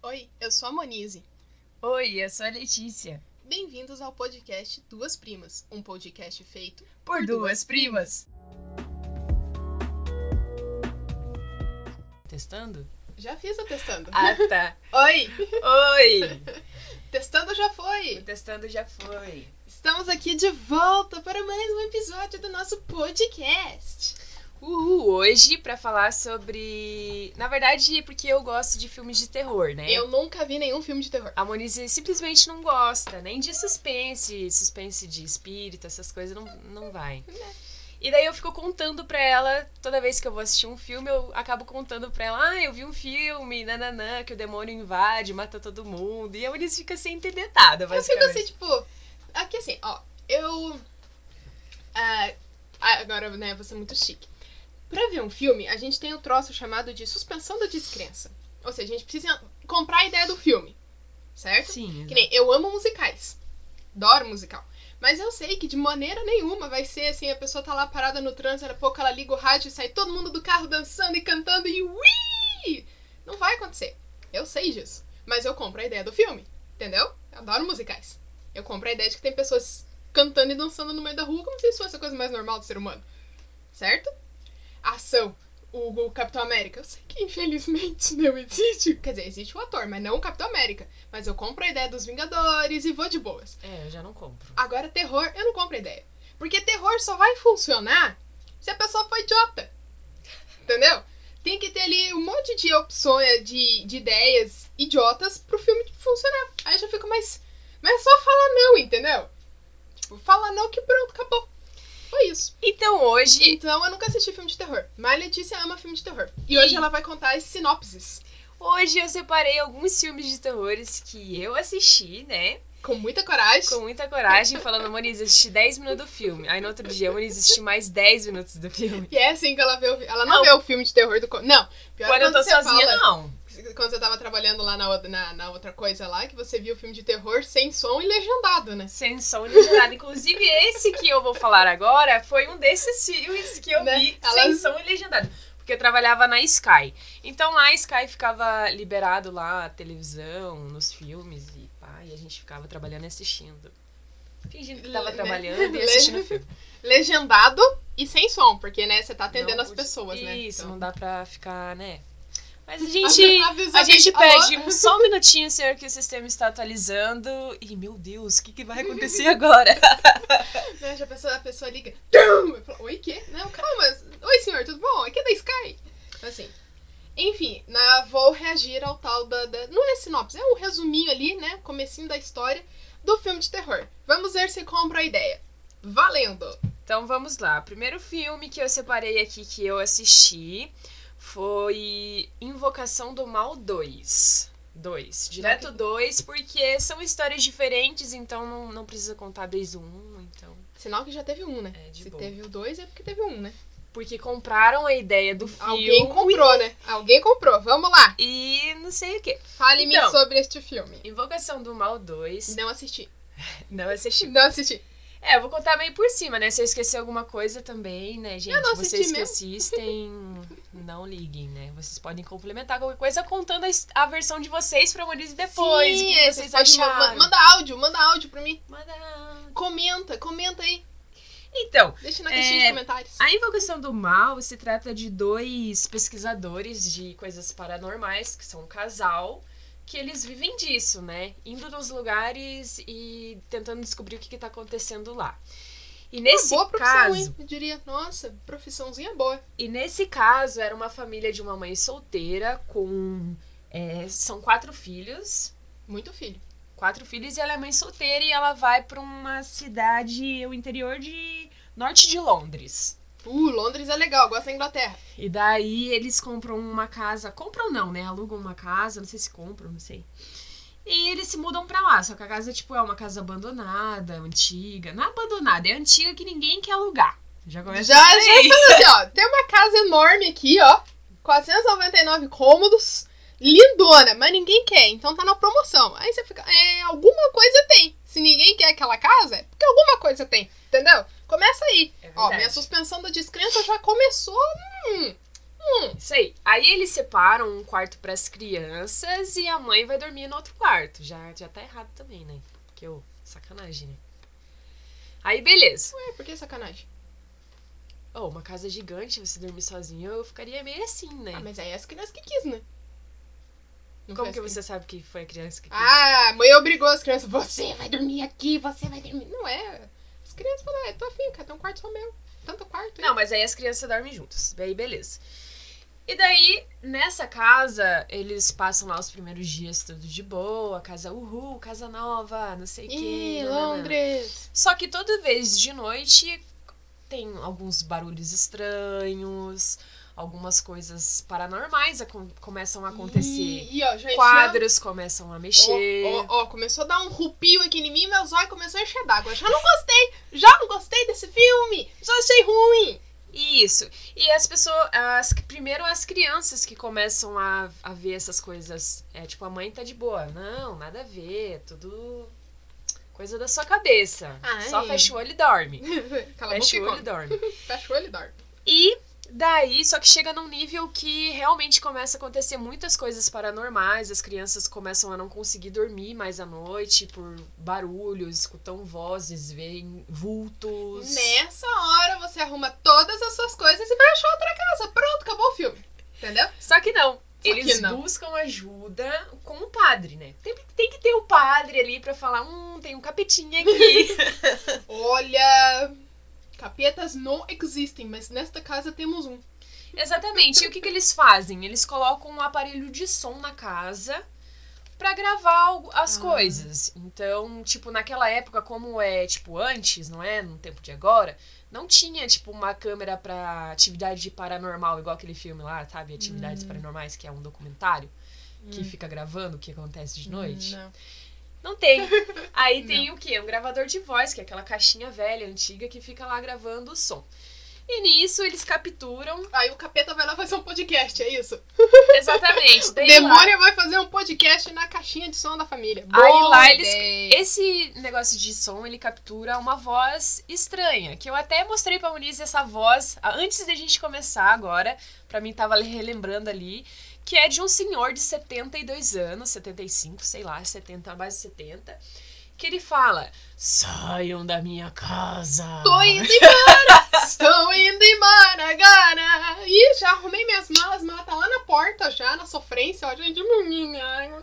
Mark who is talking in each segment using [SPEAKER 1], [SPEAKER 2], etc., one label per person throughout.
[SPEAKER 1] Oi, eu sou a Monize.
[SPEAKER 2] Oi, eu sou a Letícia.
[SPEAKER 1] Bem-vindos ao podcast Duas Primas, um podcast feito
[SPEAKER 2] por duas primas. Testando?
[SPEAKER 1] Já fiz o testando.
[SPEAKER 2] Ah, tá.
[SPEAKER 1] Oi!
[SPEAKER 2] Oi!
[SPEAKER 1] Testando já foi!
[SPEAKER 2] O testando já foi.
[SPEAKER 1] Estamos aqui de volta para mais um episódio do nosso podcast.
[SPEAKER 2] Hoje pra falar sobre... Na verdade, porque eu gosto de filmes de terror, né?
[SPEAKER 1] Eu nunca vi nenhum filme de terror.
[SPEAKER 2] A Monize simplesmente não gosta, nem de suspense de espírito, essas coisas não vai. E daí eu fico contando pra ela, toda vez que eu vou assistir um filme, eu acabo contando pra ela, eu vi um filme, nananã, que o demônio invade, mata todo mundo. E a Monize fica sem entender nada, basicamente.
[SPEAKER 1] Eu fico assim, tipo... Aqui assim, ó, agora, né, vou ser muito chique. Pra ver um filme, a gente tem um troço chamado de suspensão da descrença. Ou seja, a gente precisa comprar a ideia do filme, certo?
[SPEAKER 2] Sim, exato.
[SPEAKER 1] Que nem eu amo musicais. Adoro musical. Mas eu sei que de maneira nenhuma vai ser assim, a pessoa tá lá parada no trânsito, daqui a pouco ela liga o rádio e sai todo mundo do carro dançando e cantando e ui! Não vai acontecer. Eu sei disso. Mas eu compro a ideia do filme, entendeu? Eu adoro musicais. Eu compro a ideia de que tem pessoas cantando e dançando no meio da rua como se isso fosse a coisa mais normal do ser humano. Certo? Ação. O Capitão América. Eu sei que infelizmente não existe. Quer dizer, existe o ator, mas não o Capitão América. Mas eu compro a ideia dos Vingadores e vou de boas.
[SPEAKER 2] Eu já não compro.
[SPEAKER 1] Agora, terror, eu não compro a ideia. Porque terror só vai funcionar se a pessoa for idiota. Entendeu? Tem que ter ali um monte de opções, de ideias idiotas pro filme funcionar. Aí eu já fico mais... Mas é só falar não, entendeu? Tipo, fala não que pronto, acabou. Foi isso.
[SPEAKER 2] Então hoje...
[SPEAKER 1] Então eu nunca assisti filme de terror. Mas a Letícia ama filme de terror. E hoje ela vai contar as sinopses.
[SPEAKER 2] Hoje eu separei alguns filmes de terrores que eu assisti, né?
[SPEAKER 1] Com muita coragem.
[SPEAKER 2] Com muita coragem, falando, Monize, assisti 10 minutos do filme. Aí no outro dia, Monize, assisti mais 10 minutos do filme.
[SPEAKER 1] E é assim que ela vê o filme. Ela não vê o filme de terror do... Não. Pior
[SPEAKER 2] quando eu tô sozinha, não.
[SPEAKER 1] Quando você tava trabalhando lá na outra coisa lá, que você viu o filme de terror sem som e legendado, né?
[SPEAKER 2] Sem som e legendado. Inclusive, esse que eu vou falar agora foi um desses filmes que eu vi sem som e legendado. Porque eu trabalhava na Sky. Então lá a Sky ficava liberado lá a televisão, nos filmes e pá, e a gente ficava trabalhando e assistindo. Fingindo que tava trabalhando e assistindo o filme.
[SPEAKER 1] Legendado e sem som, porque, né, você tá atendendo as pessoas, né?
[SPEAKER 2] Isso,
[SPEAKER 1] então...
[SPEAKER 2] não dá pra ficar, né... Mas a gente pede só um minutinho, senhor, que o sistema está atualizando. E, meu Deus, o que vai acontecer agora?
[SPEAKER 1] Né, já a pessoa liga. Oi, quê? Não, calma. Oi, senhor, tudo bom? Aqui é da Sky. Assim. Enfim, vou reagir ao tal da... Não é sinopse, é um resuminho ali, né? Comecinho da história do filme de terror. Vamos ver se compra a ideia. Valendo!
[SPEAKER 2] Então, vamos lá. O primeiro filme que eu separei aqui, que eu assisti... foi Invocação do Mal 2. Direto 2, porque são histórias diferentes, então não precisa contar desde o 1, então...
[SPEAKER 1] Sinal que já teve um, né? Se
[SPEAKER 2] boa.
[SPEAKER 1] Teve o 2 é porque teve um, né?
[SPEAKER 2] Porque compraram a ideia do filme...
[SPEAKER 1] Alguém comprou, né? Alguém comprou, vamos lá!
[SPEAKER 2] E não sei o quê.
[SPEAKER 1] Fale-me sobre este filme.
[SPEAKER 2] Invocação do Mal 2.
[SPEAKER 1] Não assisti.
[SPEAKER 2] Não assisti.
[SPEAKER 1] Não assisti.
[SPEAKER 2] Eu vou contar meio por cima, né? Se eu esquecer alguma coisa também, né, gente? Vocês que assistem, não liguem, né? Vocês podem complementar qualquer coisa contando a versão de vocês pra Monize depois.
[SPEAKER 1] Sim,
[SPEAKER 2] o que vocês acharam.
[SPEAKER 1] Manda áudio pra mim.
[SPEAKER 2] Manda áudio.
[SPEAKER 1] Comenta aí.
[SPEAKER 2] Então,
[SPEAKER 1] deixa na caixinha de comentários.
[SPEAKER 2] A Invocação do Mal se trata de dois pesquisadores de coisas paranormais, que são um casal, que eles vivem disso, né? Indo nos lugares e tentando descobrir o que tá acontecendo lá. E nesse
[SPEAKER 1] boa profissão,
[SPEAKER 2] caso,
[SPEAKER 1] hein? Eu diria, nossa, profissãozinha boa.
[SPEAKER 2] E nesse caso, era uma família de uma mãe solteira com... são 4 filhos.
[SPEAKER 1] Muito filho.
[SPEAKER 2] 4 filhos e ela é mãe solteira e ela vai pra uma cidade, o interior de... norte de Londres.
[SPEAKER 1] Londres é legal, gosto da Inglaterra.
[SPEAKER 2] E daí eles compram uma casa... Compram não, né? Alugam uma casa, não sei se compram, não sei. E eles se mudam pra lá, só que a casa, tipo, é uma casa abandonada, antiga. Não é abandonada, é antiga que ninguém quer alugar. Já começa
[SPEAKER 1] já assim, ó. Tem uma casa enorme aqui, ó. 499 cômodos. Lindona, mas ninguém quer, então tá na promoção. Aí você fica, alguma coisa tem. Se ninguém quer aquela casa, é porque alguma coisa tem, entendeu? Começa aí. Ó, minha suspensão da descrença já começou
[SPEAKER 2] Isso aí. Aí eles separam um quarto pras crianças e a mãe vai dormir no outro quarto. Já tá errado também, né? Porque, sacanagem, né? Aí, beleza.
[SPEAKER 1] Ué, por que sacanagem?
[SPEAKER 2] Uma casa gigante, você dormir sozinho, eu ficaria meio assim, né?
[SPEAKER 1] Ah, mas aí é as crianças que quis, né?
[SPEAKER 2] Não Como que você sabe que foi a criança que quis?
[SPEAKER 1] Ah, a mãe obrigou as crianças. Você vai dormir aqui, você vai dormir... Não é. As crianças falaram, tô afim, cara, tem um quarto só meu. Tanto quarto.
[SPEAKER 2] Não, mas aí as crianças dormem juntas. Daí, beleza. E daí, nessa casa, eles passam lá os primeiros dias tudo de boa. Casa, casa nova, não sei o quê.
[SPEAKER 1] Londres!
[SPEAKER 2] Só que toda vez de noite tem alguns barulhos estranhos, algumas coisas paranormais começam a acontecer. Quadros começam a mexer.
[SPEAKER 1] Começou a dar um rupio aqui em mim, meus olhos começaram a encher d'água. Já não gostei desse filme, já achei ruim.
[SPEAKER 2] Isso. E as pessoas, primeiro as crianças que começam a ver essas coisas. Tipo, a mãe tá de boa. Não, nada a ver, tudo coisa da sua cabeça. Só fecha o olho e dorme.
[SPEAKER 1] Fecha o olho e dorme. Fecha o olho e dorme.
[SPEAKER 2] E daí, só que chega num nível que realmente começa a acontecer muitas coisas paranormais, as crianças começam a não conseguir dormir mais à noite por barulhos, escutam vozes, veem vultos.
[SPEAKER 1] Nessa hora você arruma todas as suas coisas e vai achar outra casa. Pronto, acabou o filme. Entendeu?
[SPEAKER 2] Só que não. Eles buscam ajuda com o padre, né? Tem que ter o padre ali pra falar, tem um capetinha aqui.
[SPEAKER 1] Olha... Capetas não existem, mas nesta casa temos um.
[SPEAKER 2] Exatamente. E o que eles fazem? Eles colocam um aparelho de som na casa pra gravar as coisas. Então, tipo, naquela época, como é, tipo, antes, não é? No tempo de agora, não tinha, tipo, uma câmera pra atividade paranormal, igual aquele filme lá, sabe? Atividades Paranormais, que é um documentário que fica gravando o que acontece de noite. Não tem. Aí tem o quê? Um gravador de voz, que é aquela caixinha velha, antiga, que fica lá gravando o som. E nisso eles capturam...
[SPEAKER 1] Aí o capeta vai lá fazer um podcast, é isso?
[SPEAKER 2] Exatamente.
[SPEAKER 1] O demônio vai fazer um podcast na caixinha de som da família.
[SPEAKER 2] Aí lá esse negócio de som, ele captura uma voz estranha, que eu até mostrei pra Muniz essa voz, antes da gente começar agora, pra mim tava relembrando ali, que é de um senhor de 72 anos, 75, sei lá, 70, mais de 70, que ele fala, saiam da minha casa.
[SPEAKER 1] Tô indo embora, estou indo embora agora. Ih, já arrumei minhas malas, tá lá na porta já, na sofrência, ó, gente, menina, não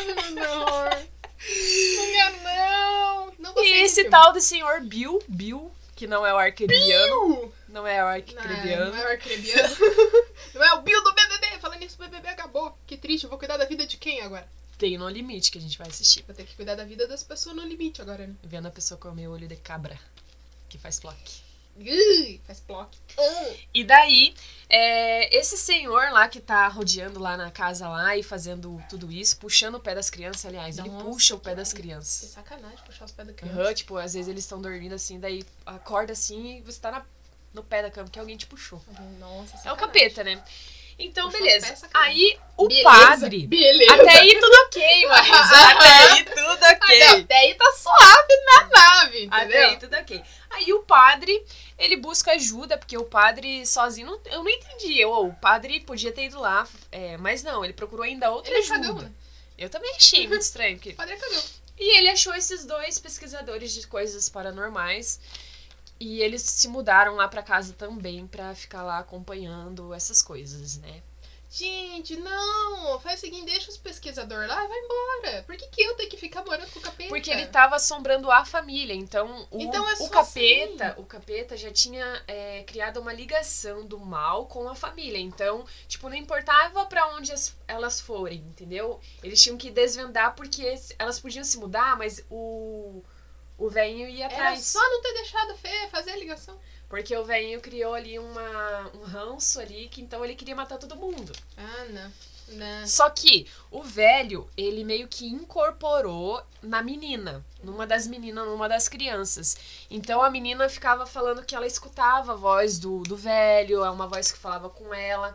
[SPEAKER 1] quero não gostei.
[SPEAKER 2] E esse tal do senhor Bill, que não é o arcrebiano. Não é o arcrebiano.
[SPEAKER 1] Não é o arcrebiano. Não é o Bill do BBB. Falando nisso, o BBB acabou. Que triste, eu vou cuidar da vida de quem agora?
[SPEAKER 2] Tem No Limite que a gente vai assistir.
[SPEAKER 1] Vou ter que cuidar da vida das pessoas no limite agora, né?
[SPEAKER 2] Vendo a pessoa comer olho de cabra, que faz plock.
[SPEAKER 1] Faz plock.
[SPEAKER 2] E daí, esse senhor lá que tá rodeando lá na casa lá e fazendo tudo isso, puxando o pé das crianças, aliás, ele puxa o pé das crianças.
[SPEAKER 1] Que sacanagem puxar os pés da criança.
[SPEAKER 2] Tipo, às vezes eles estão dormindo assim, daí acorda assim e você tá no pé da cama que alguém te puxou.
[SPEAKER 1] Nossa, sacanagem.
[SPEAKER 2] É o capeta, né? Então,
[SPEAKER 1] puxou
[SPEAKER 2] beleza.
[SPEAKER 1] Aí
[SPEAKER 2] o padre...
[SPEAKER 1] Beleza.
[SPEAKER 2] Até aí tudo ok, Marisa. Até aí tudo ok.
[SPEAKER 1] Até aí tá suave na nave, entendeu?
[SPEAKER 2] Até aí tudo ok. Aí o padre, ele busca ajuda, porque o padre sozinho, eu não entendi. O padre podia ter ido lá, mas não, ele procurou ainda outra ajuda.
[SPEAKER 1] Cagão, né?
[SPEAKER 2] Eu também achei muito estranho. Porque...
[SPEAKER 1] O padre cagou.
[SPEAKER 2] E ele achou esses dois pesquisadores de coisas paranormais. E eles se mudaram lá pra casa também pra ficar lá acompanhando essas coisas, né?
[SPEAKER 1] Gente, não! Faz o seguinte, deixa os pesquisadores lá e vai embora. Por que eu tenho que ficar morando com o capeta?
[SPEAKER 2] Porque ele tava assombrando a família. Então, o capeta,
[SPEAKER 1] assim.
[SPEAKER 2] O capeta já tinha criado uma ligação do mal com a família. Então, tipo, não importava pra onde elas forem, entendeu? Eles tinham que desvendar porque elas podiam se mudar, mas o velhinho ia atrás.
[SPEAKER 1] Era só não ter deixado fazer a ligação.
[SPEAKER 2] Porque o velhinho criou ali um ranço ali, que então ele queria matar todo mundo.
[SPEAKER 1] Ah, não.
[SPEAKER 2] Só que o velho, ele meio que incorporou na menina, numa das crianças. Então a menina ficava falando que ela escutava a voz do velho, é uma voz que falava com ela.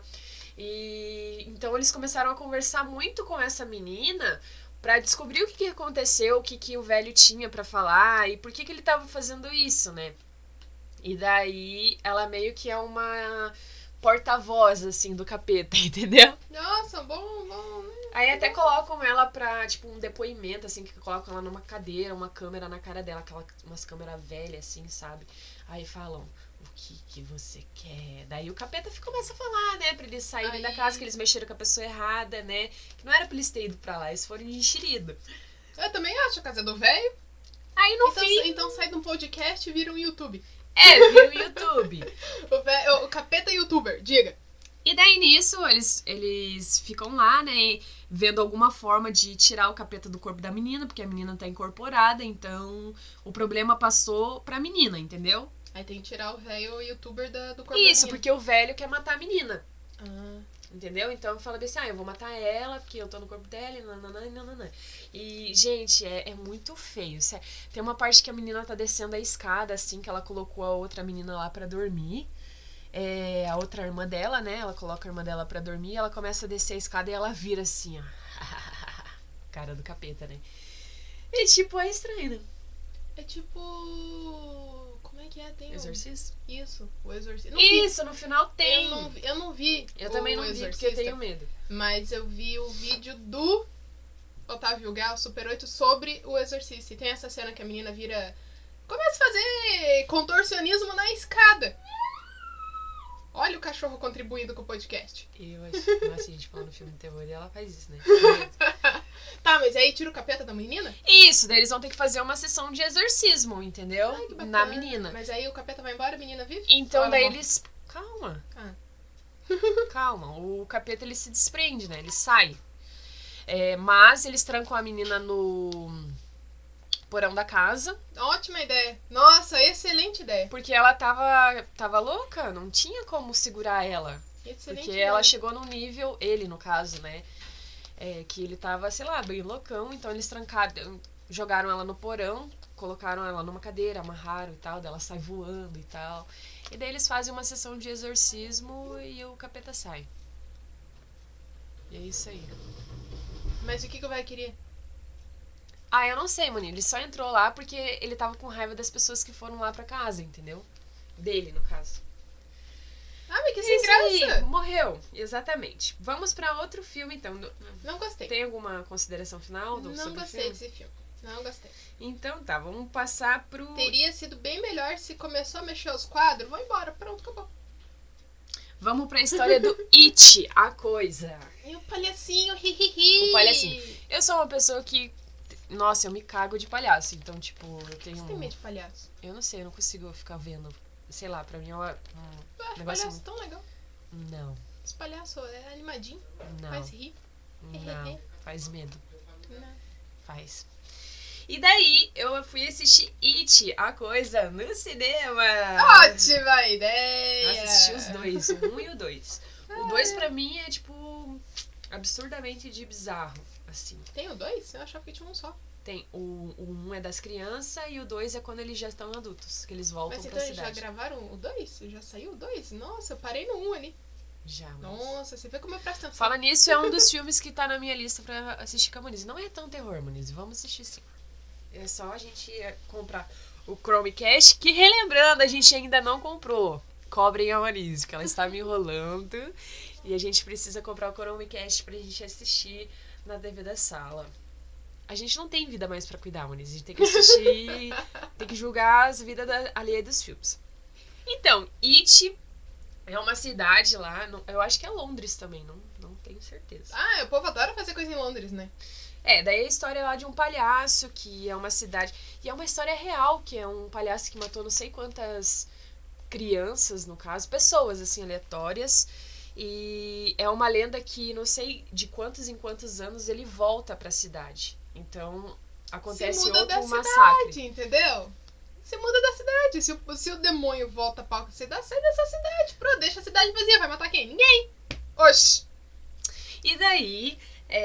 [SPEAKER 2] E então eles começaram a conversar muito com essa menina pra descobrir o que aconteceu, o que o velho tinha pra falar e por que ele tava fazendo isso, né? E daí ela meio que é uma porta-voz, assim, do capeta, entendeu?
[SPEAKER 1] Nossa, bom, né?
[SPEAKER 2] Aí até colocam ela pra, tipo, um depoimento, assim, que colocam ela numa cadeira, uma câmera na cara dela, umas câmeras velhas, assim, sabe? Aí falam, o que você quer? Daí o capeta começa a falar, né, pra eles saírem da casa, que eles mexeram com a pessoa errada, né? Que não era pra eles terem ido pra lá, eles foram de enxerido.
[SPEAKER 1] Eu também acho a casa do velho.
[SPEAKER 2] Aí no fim...
[SPEAKER 1] Então sai de um podcast e vira um YouTube.
[SPEAKER 2] Vira um YouTube.
[SPEAKER 1] O capeta youtuber, diga.
[SPEAKER 2] E daí nisso, eles ficam lá, né, vendo alguma forma de tirar o capeta do corpo da menina, porque a menina tá incorporada, então o problema passou pra menina, entendeu?
[SPEAKER 1] Aí tem que tirar o velho youtuber do corpo da
[SPEAKER 2] Isso,
[SPEAKER 1] menina.
[SPEAKER 2] porque o velho quer matar a menina.
[SPEAKER 1] Ah.
[SPEAKER 2] Entendeu? Então fala assim, eu vou matar ela, porque eu tô no corpo dela, e nananã. E, gente, é muito feio. Tem uma parte que a menina tá descendo a escada, assim, que ela colocou a outra menina lá pra dormir. A outra irmã dela, né? Ela coloca a irmã dela pra dormir, ela começa a descer a escada e ela vira assim, ó. Cara do capeta, né? E tipo, é estranho, né?
[SPEAKER 1] É tipo... Como é que é? Tem
[SPEAKER 2] Exorcista?
[SPEAKER 1] Isso, o Exorcista.
[SPEAKER 2] Isso, no final tem.
[SPEAKER 1] Eu não vi.
[SPEAKER 2] Eu também não vi, porque eu tenho medo.
[SPEAKER 1] Mas eu vi o vídeo do Otávio Gal, Super 8, sobre o Exorcista. E tem essa cena que a menina vira... Começa a fazer contorcionismo na escada. Olha o cachorro contribuindo com o podcast.
[SPEAKER 2] Eu acho que a gente falando no filme de terror e ela faz isso, né?
[SPEAKER 1] Tá, mas aí tira o capeta da menina?
[SPEAKER 2] Isso, daí eles vão ter que fazer uma sessão de exorcismo, entendeu?
[SPEAKER 1] Ai, que bacana.
[SPEAKER 2] Na menina.
[SPEAKER 1] Mas aí o capeta vai embora, a menina vive?
[SPEAKER 2] Então daí eles... Calma.
[SPEAKER 1] Ah.
[SPEAKER 2] Calma. O capeta, ele se desprende, né? Ele sai. Mas eles trancam a menina no porão da casa.
[SPEAKER 1] Ótima ideia. Nossa, excelente ideia.
[SPEAKER 2] Porque ela tava louca, não tinha como segurar ela.
[SPEAKER 1] Excelente
[SPEAKER 2] porque
[SPEAKER 1] ideia.
[SPEAKER 2] ela chegou num nível, ele no caso, né? Que ele tava, sei lá, bem loucão. Então eles trancaram, jogaram ela no porão, colocaram ela numa cadeira, amarraram e tal. Daí ela sai voando e tal. E daí eles fazem uma sessão de exorcismo e o capeta sai. E é isso aí.
[SPEAKER 1] Mas o que o vai querer?
[SPEAKER 2] Eu não sei, mano. Ele só entrou lá porque ele tava com raiva das pessoas que foram lá pra casa, entendeu? Dele, no caso.
[SPEAKER 1] Mas que sem graça.
[SPEAKER 2] Aí, morreu, exatamente. Vamos pra outro filme, então.
[SPEAKER 1] Não gostei.
[SPEAKER 2] Tem alguma consideração final sobre o filme?
[SPEAKER 1] Não gostei desse filme. Não gostei.
[SPEAKER 2] Então tá, vamos passar pro...
[SPEAKER 1] Teria sido bem melhor se começou a mexer os quadros. Vou embora, pronto, acabou.
[SPEAKER 2] Vamos pra história do It, a coisa.
[SPEAKER 1] E o palhacinho, hihihi.
[SPEAKER 2] O palhacinho. Eu sou uma pessoa que... Nossa, eu me cago de palhaço. Então, tipo, eu tenho...
[SPEAKER 1] Você tem medo de palhaço?
[SPEAKER 2] Eu não sei, eu não consigo ficar vendo. Sei lá, pra mim é um negócio...
[SPEAKER 1] Palhaço tão legal.
[SPEAKER 2] Não.
[SPEAKER 1] Esse palhaço é animadinho.
[SPEAKER 2] Não.
[SPEAKER 1] Faz rir.
[SPEAKER 2] Não, faz medo.
[SPEAKER 1] Não.
[SPEAKER 2] Faz. E daí, eu fui assistir It, a coisa, no cinema.
[SPEAKER 1] Ótima ideia!
[SPEAKER 2] Eu assisti os dois, o 1 e o 2. O 2 pra mim é, tipo, absurdamente de bizarro, assim.
[SPEAKER 1] Tem o 2? Eu achava que tinha um só.
[SPEAKER 2] Tem, o 1 é das crianças e o 2 é quando eles já estão adultos, que eles voltam
[SPEAKER 1] pra
[SPEAKER 2] cidade.
[SPEAKER 1] Mas então eles já gravaram o 2? Já saiu o 2? Nossa, eu parei no 1 ali.
[SPEAKER 2] Já, mas...
[SPEAKER 1] Nossa, você vê como eu presto atenção.
[SPEAKER 2] Fala nisso, é um dos filmes que tá na minha lista pra assistir com a Moniz. Não é tão terror, Moniz, vamos assistir sim. É só a gente comprar o Chromecast, que relembrando, a gente ainda não comprou. Cobrem a Moniz, que ela está me enrolando. E a gente precisa comprar o Chromecast pra gente assistir na TV da sala. A gente não tem vida mais pra cuidar, Moniz. A gente tem que assistir, tem que julgar as vidas alheia dos filmes. Então, It é uma cidade lá, eu acho que é Londres também, não tenho certeza.
[SPEAKER 1] O povo adora fazer coisa em Londres, né?
[SPEAKER 2] Daí a história lá de um palhaço, que é uma cidade... E é uma história real, que é um palhaço que matou não sei quantas crianças, no caso, pessoas, assim, aleatórias. E é uma lenda que não sei de quantos em quantos anos ele volta pra cidade. Então, acontece outro massacre.
[SPEAKER 1] Cidade, entendeu? Se muda da cidade. Se o demônio volta pra cidade, sai dessa cidade. Pronto, deixa a cidade vazia. Vai matar quem? Ninguém. Oxi.
[SPEAKER 2] E daí,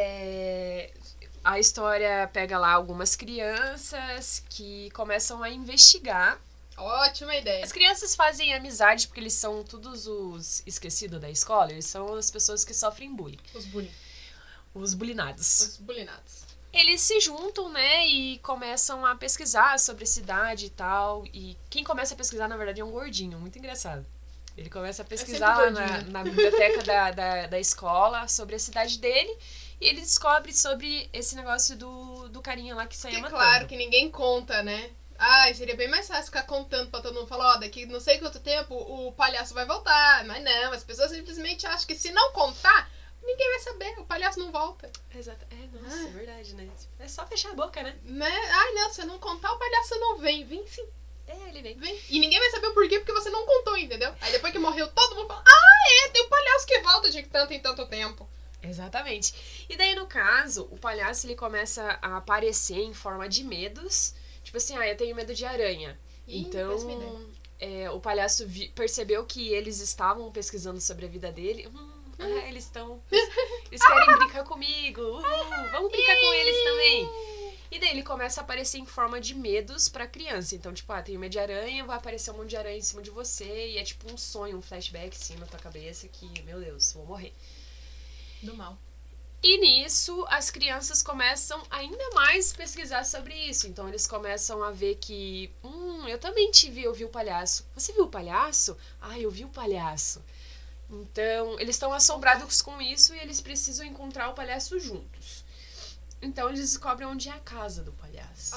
[SPEAKER 2] a história pega lá algumas crianças que começam a investigar.
[SPEAKER 1] Ótima ideia.
[SPEAKER 2] As crianças fazem amizade porque eles são todos os esquecidos da escola. Eles são as pessoas que sofrem bullying.
[SPEAKER 1] Os bullying.
[SPEAKER 2] Os bulinados.
[SPEAKER 1] Os bulinados.
[SPEAKER 2] Eles se juntam, né, e começam a pesquisar sobre a cidade e tal. E quem começa a pesquisar, na verdade, é um gordinho. Muito engraçado. Ele começa a pesquisar lá na biblioteca da escola sobre a cidade dele. E ele descobre sobre esse negócio do carinha lá que saía matando.
[SPEAKER 1] Claro que ninguém conta, né? Ai, seria bem mais fácil ficar contando pra todo mundo. Falar, daqui não sei quanto tempo o palhaço vai voltar. Mas não, as pessoas simplesmente acham que se não contar, ninguém vai saber. O palhaço não volta.
[SPEAKER 2] Exato. Nossa, é verdade, né? É só fechar a boca, né?
[SPEAKER 1] Ai, não, se eu não contar, o palhaço não vem. Vem sim.
[SPEAKER 2] Ele vem.
[SPEAKER 1] E ninguém vai saber o porquê, porque você não contou, entendeu? Aí depois que morreu, todo mundo fala, tem um palhaço que volta de tanto em tanto tempo.
[SPEAKER 2] Exatamente. E daí, no caso, o palhaço, ele começa a aparecer em forma de medos. Tipo assim, eu tenho medo de aranha. Então, o palhaço percebeu que eles estavam pesquisando sobre a vida dele. Eles querem brincar comigo. Vamos brincar com eles também. E daí ele começa a aparecer em forma de medos pra criança. Então, tipo, tenho medo de aranha, vai aparecer um monte de aranha em cima de você. E é tipo um sonho, um flashback, assim, na tua cabeça que, meu Deus, vou morrer.
[SPEAKER 1] Do mal.
[SPEAKER 2] E nisso, as crianças começam ainda mais pesquisar sobre isso. Então, eles começam a ver que... eu também eu vi o palhaço. Você viu o palhaço? Eu vi o palhaço. Então, eles estão assombrados com isso e eles precisam encontrar o palhaço juntos. Então, eles descobrem onde é a casa do palhaço.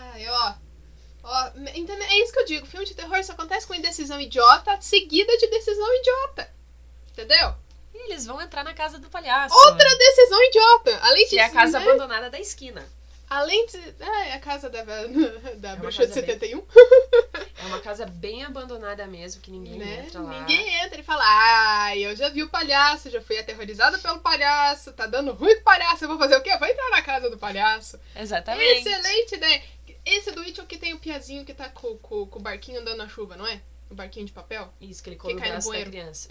[SPEAKER 1] Entendeu? É isso que eu digo. Filme de terror só acontece com indecisão idiota seguida de decisão idiota. Entendeu?
[SPEAKER 2] E eles vão entrar na casa do palhaço.
[SPEAKER 1] Outra decisão idiota. Além
[SPEAKER 2] que é a casa abandonada da esquina.
[SPEAKER 1] Além de... É a casa da bruxa de 71.
[SPEAKER 2] É uma casa bem abandonada mesmo, que ninguém entra lá.
[SPEAKER 1] Ninguém entra e fala, eu já vi o palhaço, já fui aterrorizada pelo palhaço, tá dando ruim com o palhaço, eu vou fazer o quê? Vou entrar na casa do palhaço.
[SPEAKER 2] Exatamente.
[SPEAKER 1] Excelente ideia. Esse do It é o que tem o piazinho que tá com o barquinho andando na chuva, não é? O barquinho de papel.
[SPEAKER 2] Isso, que ele come o braço da criança.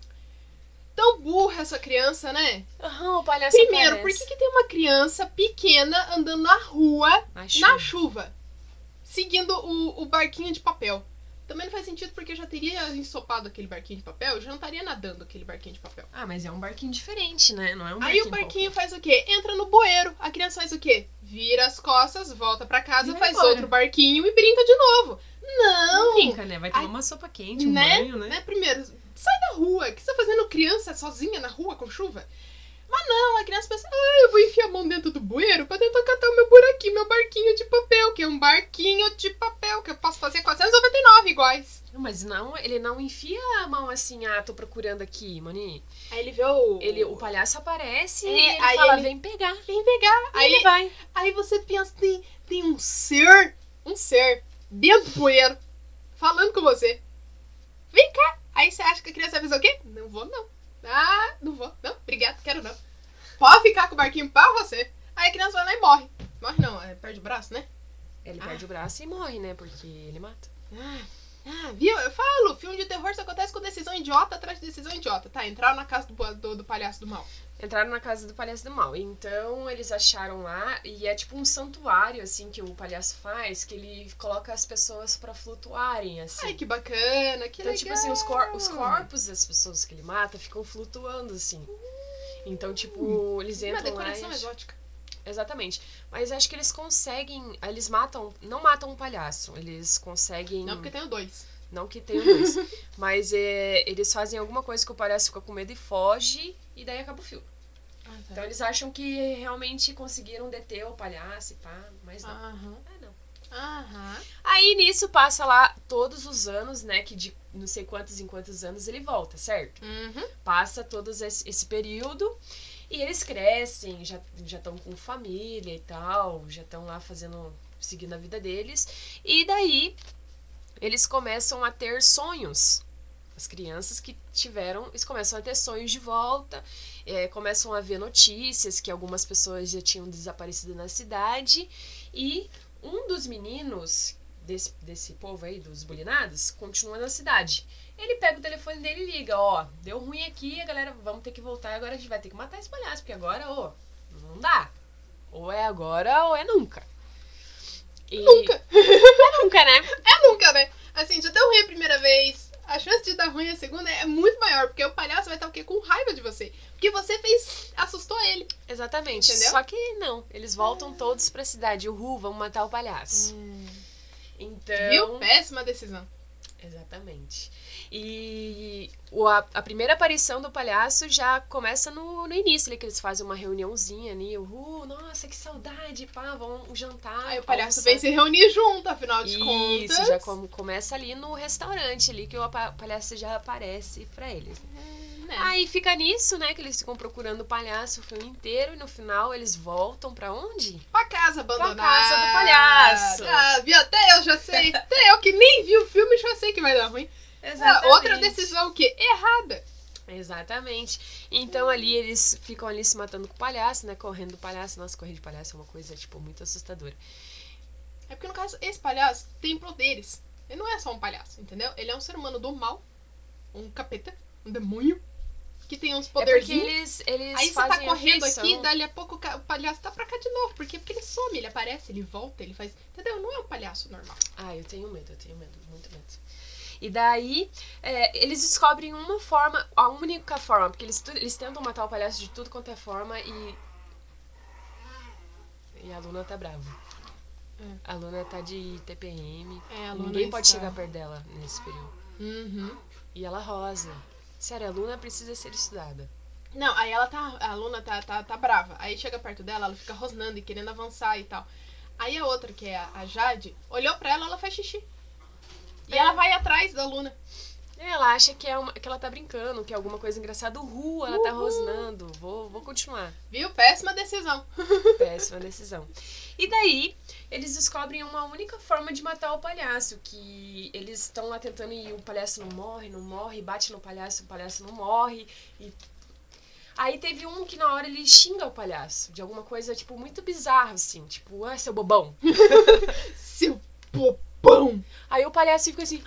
[SPEAKER 1] Tão burra essa criança, né?
[SPEAKER 2] O palhaço
[SPEAKER 1] Primeiro, por que tem uma criança pequena andando na rua, na chuva, seguindo o barquinho de papel? Também não faz sentido, porque já teria ensopado aquele barquinho de papel e já não estaria nadando aquele barquinho de papel.
[SPEAKER 2] Mas é um barquinho diferente, né? Não é um barquinho.
[SPEAKER 1] Aí o barquinho faz o quê? Entra no bueiro. A criança faz o quê? Vira as costas, volta pra casa, faz outro barquinho e brinca de novo. Não
[SPEAKER 2] brinca, né? Vai tomar uma sopa quente, um banho, né?
[SPEAKER 1] Primeiro, sai da rua. O que você tá fazendo criança sozinha na rua com chuva? Mas não, a criança pensa, eu vou enfiar a mão dentro do bueiro pra tentar catar o meu buraquinho, meu barquinho de papel, que é um barquinho de papel, que eu posso fazer 499 iguais.
[SPEAKER 2] Mas não, ele não enfia a mão assim, tô procurando aqui, Moni.
[SPEAKER 1] Aí ele vê o
[SPEAKER 2] palhaço aparece e ele fala, vem pegar.
[SPEAKER 1] Vem pegar.
[SPEAKER 2] Aí ele vai.
[SPEAKER 1] Aí você pensa, tem um ser dentro do bueiro, falando com você. Vem cá. Aí você acha que a criança vai fazer o quê? Não vou, não. Não vou. Não, obrigado, quero não. Pode ficar com o barquinho pra você. Aí a criança vai lá e morre. Morre não, perde o braço, né?
[SPEAKER 2] Ele perde o braço e morre, né? Porque ele mata.
[SPEAKER 1] Viu? Eu falo, filme de terror só acontece com decisão idiota atrás de decisão idiota. Tá, entraram na casa do palhaço do mal.
[SPEAKER 2] Entraram na casa do palhaço do mal. Então, eles acharam lá, e é tipo um santuário, assim, que o palhaço faz, que ele coloca as pessoas pra flutuarem, assim.
[SPEAKER 1] Ai, que bacana, que legal.
[SPEAKER 2] Então, tipo assim, os corpos das pessoas que ele mata ficam flutuando, assim. Então, tipo, eles entram lá.
[SPEAKER 1] Uma decoração exótica.
[SPEAKER 2] Exatamente. Mas acho que eles conseguem. Eles não matam um palhaço. Eles conseguem.
[SPEAKER 1] Não, porque tem dois.
[SPEAKER 2] Não que tenham dois. Mas eles fazem alguma coisa que o palhaço fica com medo e foge. E daí acaba o filme.
[SPEAKER 1] Tá.
[SPEAKER 2] Então eles acham que realmente conseguiram deter o palhaço e pá. Mas não.
[SPEAKER 1] Não.
[SPEAKER 2] Aí nisso passa lá todos os anos, né? Que de não sei quantos em quantos anos ele volta, certo? Passa todos esse período. E eles crescem, já estão com família e tal, já estão lá seguindo a vida deles. E daí, eles começam a ter sonhos. As crianças que eles começam a ter sonhos de volta, começam a ver notícias que algumas pessoas já tinham desaparecido na cidade. E um dos meninos desse povo aí, dos bulinados, continua na cidade. Ele pega o telefone dele e liga, deu ruim aqui, a galera, vamos ter que voltar, agora a gente vai ter que matar esse palhaço, porque agora, não dá. Ou é agora ou é nunca.
[SPEAKER 1] Nunca.
[SPEAKER 2] É nunca, né?
[SPEAKER 1] É nunca, né? Assim, já deu ruim a primeira vez, a chance de dar ruim a segunda é muito maior, porque o palhaço vai estar o quê? Com raiva de você. Porque você assustou ele.
[SPEAKER 2] Exatamente.
[SPEAKER 1] Entendeu?
[SPEAKER 2] Só que não, eles voltam todos pra cidade. Vamos matar o palhaço.
[SPEAKER 1] Então...
[SPEAKER 2] Viu?
[SPEAKER 1] Péssima decisão.
[SPEAKER 2] Exatamente. E a primeira aparição do palhaço já começa no início, ali, que eles fazem uma reuniãozinha ali. Nossa, que saudade, pá, vamos jantar.
[SPEAKER 1] Aí o palhaço vem se reunir junto, afinal de contas.
[SPEAKER 2] Isso, já começa ali no restaurante ali, que o palhaço já aparece pra eles. Aí fica nisso, né, que eles ficam procurando o palhaço o filme inteiro e no final eles voltam pra onde?
[SPEAKER 1] Pra casa abandonada.
[SPEAKER 2] Pra casa do palhaço.
[SPEAKER 1] Ah, viu? Até eu já sei. Até eu que nem vi o filme já sei que vai dar ruim.
[SPEAKER 2] Exatamente.
[SPEAKER 1] Outra decisão que errada.
[SPEAKER 2] Exatamente. Então ali eles ficam ali se matando com o palhaço, né, correndo do palhaço. Nossa, correr de palhaço é uma coisa, tipo, muito assustadora.
[SPEAKER 1] É porque no caso, esse palhaço tem poderes. Ele não é só um palhaço, entendeu? Ele é um ser humano do mal, um capeta, um demônio. Que tem uns poderzinhos.
[SPEAKER 2] É porque eles
[SPEAKER 1] aí
[SPEAKER 2] fazem
[SPEAKER 1] você tá correndo
[SPEAKER 2] afeição.
[SPEAKER 1] aqui, dali a pouco o palhaço tá pra cá de novo. Por quê? Porque ele some, ele aparece, ele volta, ele faz... Entendeu? Não é um palhaço normal.
[SPEAKER 2] Eu tenho medo, muito medo. E daí, eles descobrem uma forma, a única forma, porque eles tentam matar o palhaço de tudo quanto é forma e a Luna tá brava. A Luna tá de TPM, ninguém pode chegar perto dela nesse período.
[SPEAKER 1] Uhum.
[SPEAKER 2] E ela rosa. Sério, a Luna precisa ser estudada.
[SPEAKER 1] Não, aí a Luna tá brava. Aí chega perto dela, ela fica rosnando e querendo avançar e tal. Aí a outra, que é a Jade, olhou pra ela faz xixi. E ela vai atrás da Luna.
[SPEAKER 2] Ela acha que ela tá brincando, que é alguma coisa engraçada. Ela tá rosnando. Vou continuar.
[SPEAKER 1] Viu? Péssima decisão.
[SPEAKER 2] Péssima decisão. E daí, eles descobrem uma única forma de matar o palhaço. Que eles estão lá tentando e o palhaço não morre. Bate no palhaço, o palhaço não morre. Aí teve um que na hora ele xinga o palhaço. De alguma coisa, tipo, muito bizarro, assim. Tipo, seu bobão.
[SPEAKER 1] Seu bobão.
[SPEAKER 2] Aí o palhaço fica assim...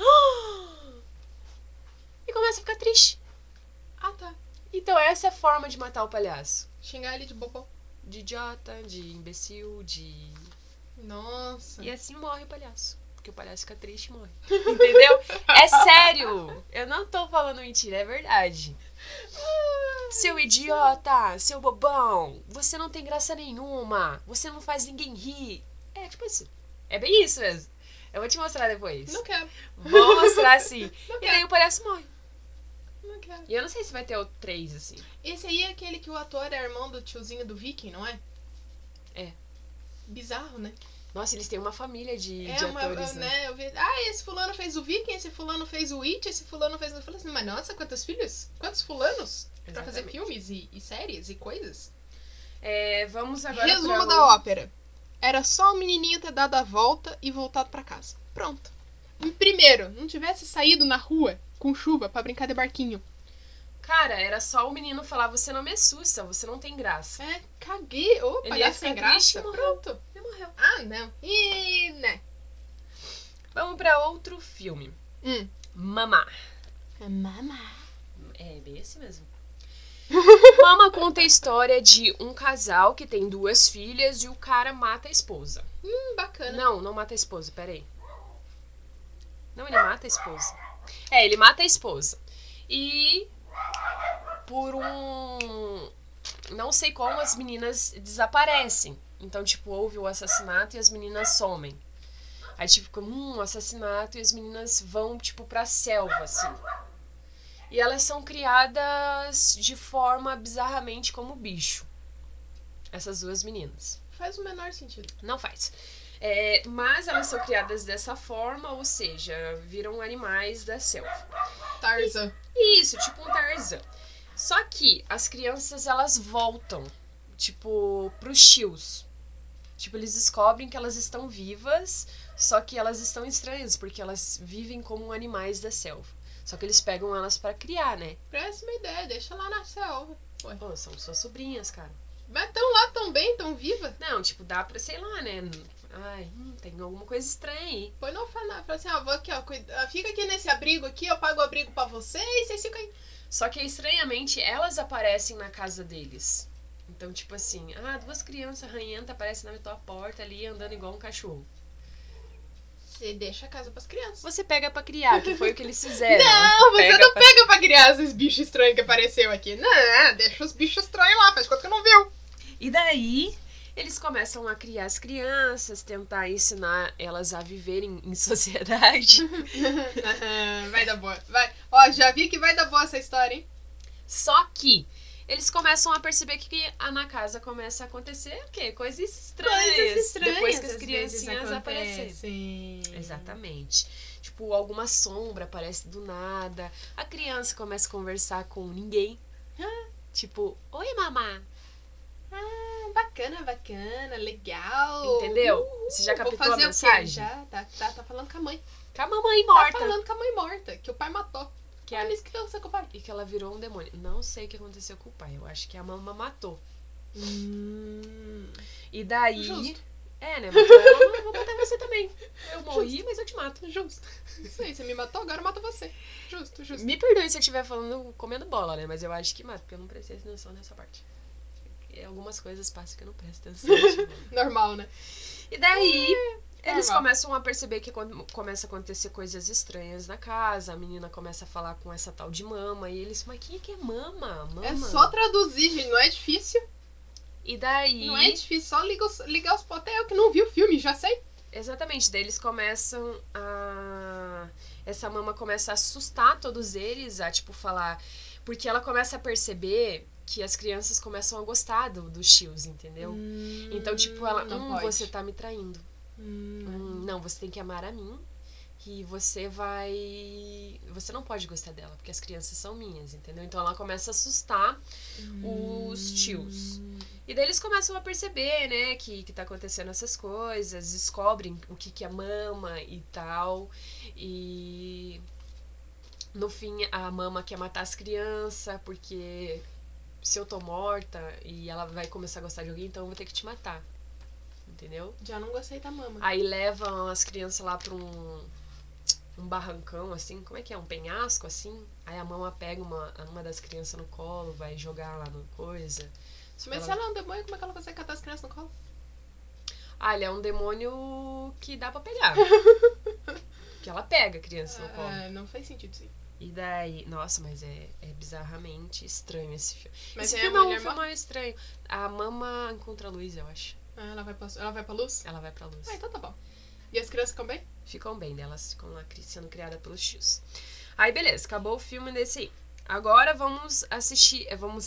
[SPEAKER 2] E começa a ficar triste.
[SPEAKER 1] Ah, tá.
[SPEAKER 2] Então essa é a forma de matar o palhaço.
[SPEAKER 1] Xingar ele de bobão.
[SPEAKER 2] De idiota, de imbecil, de...
[SPEAKER 1] Nossa.
[SPEAKER 2] E assim morre o palhaço. Porque o palhaço fica triste e morre. Entendeu? É sério. Eu não tô falando mentira, é verdade. Seu idiota, seu bobão, você não tem graça nenhuma. Você não faz ninguém rir. É tipo isso. É bem isso mesmo. Eu vou te mostrar depois.
[SPEAKER 1] Não quero.
[SPEAKER 2] Vou mostrar sim. E daí o palhaço morre.
[SPEAKER 1] Não quero.
[SPEAKER 2] E eu não sei se vai ter o 3, assim.
[SPEAKER 1] Esse aí é aquele que o ator é irmão do tiozinho do Viking, não é?
[SPEAKER 2] É.
[SPEAKER 1] Bizarro, né?
[SPEAKER 2] Nossa, eles têm uma família de atores, né?
[SPEAKER 1] Eu vi, esse fulano fez o Viking, esse fulano fez o It, esse fulano fez... Eu falei assim, mas nossa, quantos filhos? Quantos fulanos?
[SPEAKER 2] Exatamente.
[SPEAKER 1] Pra fazer filmes e séries e coisas?
[SPEAKER 2] Vamos agora
[SPEAKER 1] Resumo da ópera. Era só o menininho ter dado a volta e voltado pra casa. Pronto. Primeiro, não tivesse saído na rua com chuva pra brincar de barquinho.
[SPEAKER 2] Cara, era só o menino falar, você não me assusta, você não tem graça.
[SPEAKER 1] Caguei. Ô, palhaço sem graça.
[SPEAKER 2] Pronto. Ele morreu.
[SPEAKER 1] Ah, não. E, né?
[SPEAKER 2] Vamos pra outro filme. Mama.
[SPEAKER 1] Mama.
[SPEAKER 2] É bem esse mesmo. Mama conta a história de um casal que tem 2 filhas e o cara mata a esposa.
[SPEAKER 1] Bacana.
[SPEAKER 2] Não mata a esposa, peraí. Não, ele mata a esposa. Ele mata a esposa. E por não sei como as meninas desaparecem. Então, tipo, houve o assassinato e as meninas somem. Aí, tipo, um assassinato e as meninas vão, tipo, pra selva, assim. E elas são criadas de forma bizarramente como bicho. Essas 2 meninas.
[SPEAKER 1] Faz o menor sentido.
[SPEAKER 2] Não faz. Mas elas são criadas dessa forma, ou seja, viram animais da selva.
[SPEAKER 1] Tarzan.
[SPEAKER 2] Isso, tipo um Tarzan. Só que as crianças, elas voltam, tipo, pros tios. Tipo, eles descobrem que elas estão vivas, só que elas estão estranhas, porque elas vivem como animais da selva. Só que eles pegam elas pra criar, né?
[SPEAKER 1] Péssima ideia, deixa lá na selva.
[SPEAKER 2] Pô, são suas sobrinhas, cara.
[SPEAKER 1] Mas tão lá tão bem, tão viva?
[SPEAKER 2] Não, tipo, dá pra, sei lá, né? Ai, tem alguma coisa estranha aí.
[SPEAKER 1] Põe no orfanato, fala assim, vou aqui, fica aqui nesse abrigo aqui, eu pago o abrigo pra vocês, vocês ficam aí.
[SPEAKER 2] Só que, estranhamente, elas aparecem na casa deles. Então, tipo assim, 2 crianças ranhentas aparecem na tua porta ali, andando igual um cachorro.
[SPEAKER 1] Você deixa a casa pras crianças.
[SPEAKER 2] Você pega pra criar, que foi o que eles fizeram.
[SPEAKER 1] Não, você não pega pra criar esses bichos estranhos que apareceu aqui. Não, deixa os bichos estranhos lá, faz conta que não viu.
[SPEAKER 2] E daí, Eles começam a criar as crianças, tentar ensinar elas a viverem em sociedade.
[SPEAKER 1] Vai dar boa. Vai. Ó, já vi que vai dar boa essa história, hein?
[SPEAKER 2] Só que eles começam a perceber que na casa começa a acontecer o quê? Coisas estranhas. Depois que as criancinhas aparecem. Exatamente. Tipo, alguma sombra aparece do nada. A criança começa a conversar com ninguém. Tipo, oi, mamá.
[SPEAKER 1] Bacana, legal.
[SPEAKER 2] Entendeu? Você já captou a mensagem?
[SPEAKER 1] Já, tá falando com a mãe.
[SPEAKER 2] Com a mamãe morta.
[SPEAKER 1] Tá falando com a mãe morta, que o pai matou.
[SPEAKER 2] Que
[SPEAKER 1] isso que aconteceu com o pai.
[SPEAKER 2] E que ela virou um demônio. Não sei o que aconteceu com o pai. Eu acho que a mamãe matou. E daí...
[SPEAKER 1] Justo.
[SPEAKER 2] Né? Matou ela, eu vou matar você também. Eu morri, mas eu te mato.
[SPEAKER 1] Justo. Isso aí, você me matou, agora eu mato você. Justo.
[SPEAKER 2] Me perdoe se eu estiver falando comendo bola, né? Mas eu acho que mata, porque eu não prestei atenção nessa parte. E algumas coisas passam que eu não presto atenção.
[SPEAKER 1] Normal, né?
[SPEAKER 2] E daí... Eles começam a perceber que começa a acontecer coisas estranhas na casa. A menina começa a falar com essa tal de mama. E eles, mas quem é que é mama?
[SPEAKER 1] É só traduzir, gente. Não é difícil.
[SPEAKER 2] E daí...
[SPEAKER 1] Não é difícil. Só ligar os pontos. Até eu que não vi o filme, já sei.
[SPEAKER 2] Exatamente. Daí eles começam a... Essa mama começa a assustar todos eles. A, tipo, falar... Porque ela começa a perceber... que as crianças começam a gostar dos tios, entendeu? Então, tipo, ela... você tá me traindo. Não, você tem que amar a mim e você não pode gostar dela, porque as crianças são minhas, entendeu? Então ela começa a assustar os tios. E daí eles começam a perceber, né, que tá acontecendo essas coisas, descobrem o que é mama e tal. E no fim a mama quer matar as crianças, porque se eu tô morta e ela vai começar a gostar de alguém, então eu vou ter que te matar. Entendeu?
[SPEAKER 1] Já não gostei da mama.
[SPEAKER 2] Aí levam as crianças lá pra um barrancão, assim. Como é que é? Um penhasco, assim. Aí a mama pega uma das crianças no colo, vai jogar lá no coisa.
[SPEAKER 1] Mas se ela é um demônio, como é que ela consegue catar as crianças no colo?
[SPEAKER 2] Ele é um demônio que dá pra pegar. Que ela pega a criança no colo.
[SPEAKER 1] Não faz sentido, sim.
[SPEAKER 2] E daí... Nossa, mas é bizarramente estranho esse filme.
[SPEAKER 1] Mas
[SPEAKER 2] esse filme é um filme estranho. A mama encontra a luz, eu acho.
[SPEAKER 1] Ela vai pra luz?
[SPEAKER 2] Ela vai pra luz.
[SPEAKER 1] Então tá bom. E as crianças ficam bem?
[SPEAKER 2] Ficam bem, elas ficam lá sendo criadas pelos tios. Aí, beleza, acabou o filme desse aí. Agora vamos assistir. Vamos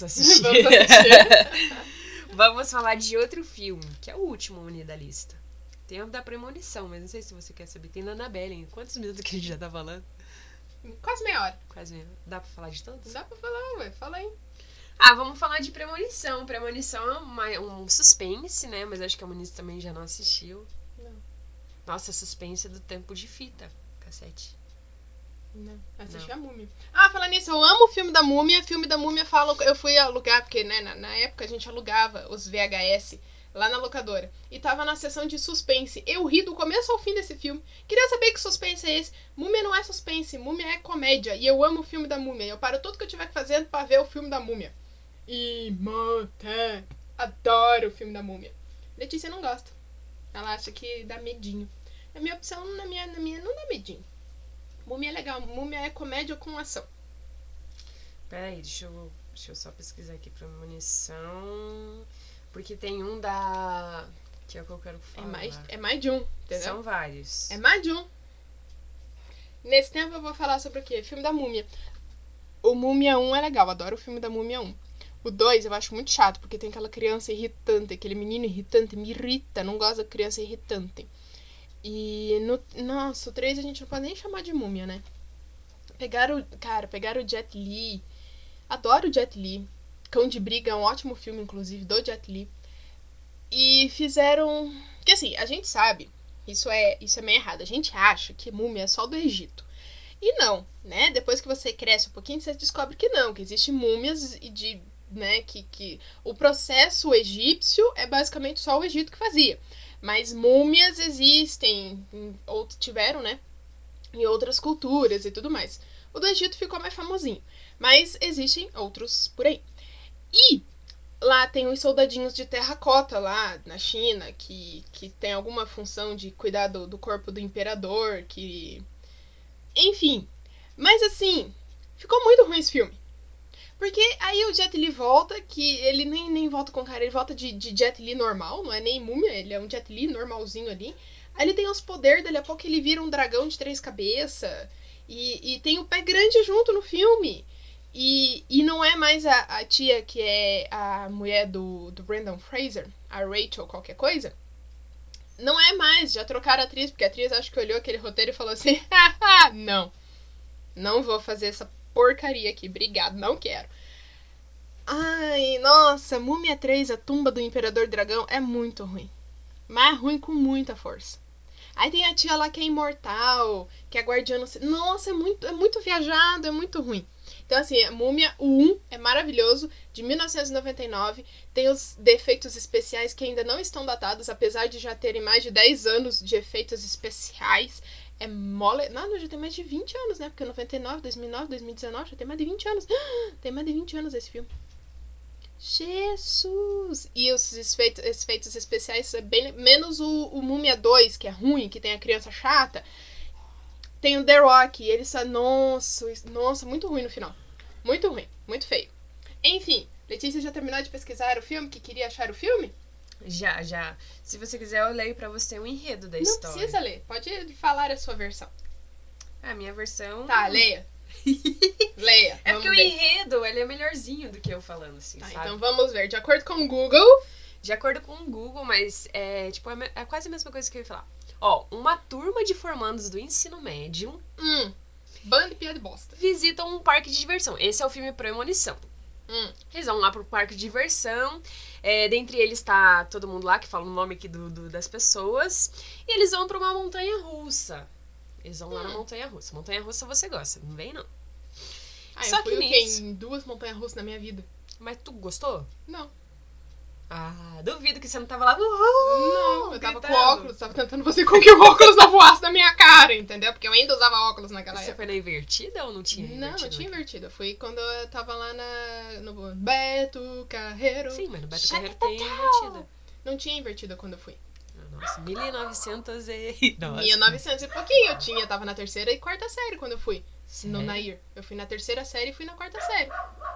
[SPEAKER 2] falar de outro filme, que é o último unir da lista. Tem o da Premonição, mas não sei se você quer saber. Tem da Annabelle. Quantos minutos que a gente já tá falando?
[SPEAKER 1] Quase meia hora.
[SPEAKER 2] Dá pra falar de todos?
[SPEAKER 1] Dá pra falar, ué. Fala aí.
[SPEAKER 2] Vamos falar de Premonição. Premonição é um suspense, né? Mas acho que a Muniz também já não assistiu.
[SPEAKER 1] Não.
[SPEAKER 2] Nossa, suspense do tempo de fita. Cassete.
[SPEAKER 1] Não. Assisti a Múmia. Falando nisso, eu amo o filme da Múmia. Filme da Múmia, eu fui alugar, porque né, na época a gente alugava os VHS lá na locadora. E tava na sessão de suspense. Eu ri do começo ao fim desse filme. Queria saber que suspense é esse. Múmia não é suspense, Múmia é comédia. E eu amo o filme da Múmia. Eu paro tudo que eu tiver fazendo pra ver o filme da Múmia. Adoro o filme da Múmia. Letícia não gosta. Ela acha que dá medinho. A minha opção, na minha não dá medinho. Múmia é legal. Múmia é comédia com ação.
[SPEAKER 2] Peraí, deixa eu só pesquisar aqui. Premonição. Porque tem um da... que é o que eu quero falar.
[SPEAKER 1] É mais de um, entendeu?
[SPEAKER 2] São vários.
[SPEAKER 1] É mais de um. Nesse tempo eu vou falar sobre o quê? Filme da Múmia. O Múmia 1 é legal. Adoro o filme da Múmia 1. O 2 eu acho muito chato, porque tem aquela criança irritante, aquele menino irritante, me irrita, não gosto da criança irritante. E nossa, o 3 a gente não pode nem chamar de Múmia, né? Pegaram o Jet Li. Adoro o Jet Li. Cão de Briga é um ótimo filme, inclusive, do Jet Li. E fizeram... Porque assim, a gente sabe, isso é meio errado, a gente acha que múmia é só do Egito. E não, né? Depois que você cresce um pouquinho, você descobre que não, que existem múmias de... né, que o processo egípcio é basicamente só o Egito que fazia. Mas múmias existem, ou tiveram, né, em outras culturas e tudo mais. O do Egito ficou mais famosinho, mas existem outros por aí. E lá tem os soldadinhos de terracota lá na China, que tem alguma função de cuidar do corpo do imperador, que... Enfim, mas assim, ficou muito ruim esse filme. Porque aí o Jet Li volta, que ele nem volta com cara, ele volta de Jet Li normal, não é nem múmia, ele é um Jet Li normalzinho ali. Aí ele tem os poderes, dali a pouco ele vira um dragão de 3 cabeças. E tem o pé grande junto no filme. E não é mais a tia que é a mulher do Brendan Fraser, a Rachel qualquer coisa. Não é mais, já trocaram a atriz, porque a atriz acho que olhou aquele roteiro e falou assim, haha, não vou fazer essa porcaria aqui, obrigado, não quero. Ai, nossa, Múmia 3, a tumba do Imperador Dragão, é muito ruim. Mas é ruim com muita força. Aí tem a tia lá que é imortal, que é guardiã... Nossa, é muito viajado, é muito ruim. Então, assim, Múmia, o 1 é maravilhoso, de 1999. Tem os defeitos especiais que ainda não estão datados, apesar de já terem mais de 10 anos de efeitos especiais. É mole... Não, já tem mais de 20 anos, né? Porque 99, 2009, 2019, já tem mais de 20 anos. Tem mais de 20 anos esse filme. Jesus! E os efeitos especiais, bem, menos o Múmia 2, que é ruim, que tem a criança chata. Tem o The Rock, ele só... Nossa, muito ruim no final. Muito ruim, muito feio. Enfim, Letícia já terminou de pesquisar o filme, que queria achar o filme?
[SPEAKER 2] Já. Se você quiser, eu leio pra você o enredo da história.
[SPEAKER 1] Não precisa ler, pode falar a sua versão.
[SPEAKER 2] A minha versão...
[SPEAKER 1] Tá, leia. Leia.
[SPEAKER 2] É porque o enredo, ele é melhorzinho do que eu falando, assim,
[SPEAKER 1] tá,
[SPEAKER 2] sabe?
[SPEAKER 1] Então vamos ver. De acordo com o Google...
[SPEAKER 2] De acordo com o Google, mas é quase a mesma coisa que eu ia falar. Ó, uma turma de formandos do ensino médio...
[SPEAKER 1] Banda de piada de bosta.
[SPEAKER 2] Visitam um parque de diversão. Esse é o filme Premonição. Eles vão lá pro parque de diversão. Dentre eles tá todo mundo lá, que fala o nome aqui das pessoas. E eles vão pra uma montanha-russa. Eles vão lá na montanha-russa. Montanha-russa você gosta, não vem não.
[SPEAKER 1] Só eu fui em 2 montanhas-russas na minha vida.
[SPEAKER 2] Mas tu gostou?
[SPEAKER 1] Não.
[SPEAKER 2] Ah, duvido que você não tava lá.
[SPEAKER 1] Não, eu tava com óculos, tava tentando fazer com que o óculos não voasse na minha cara, entendeu? Porque eu ainda usava óculos naquela época.
[SPEAKER 2] Você foi na invertida ou não tinha invertida?
[SPEAKER 1] Não tinha invertida. Fui quando eu tava lá no Beto Carreiro.
[SPEAKER 2] Sim, mas no Beto Carreiro tem invertida.
[SPEAKER 1] Não tinha invertida quando eu fui.
[SPEAKER 2] Nossa, 1900 e... Nossa.
[SPEAKER 1] 1900 e pouquinho. Eu tava na 3ª e 4ª série quando eu fui.
[SPEAKER 2] Sério?
[SPEAKER 1] No Nair. Eu fui na 3ª série e fui na 4ª série.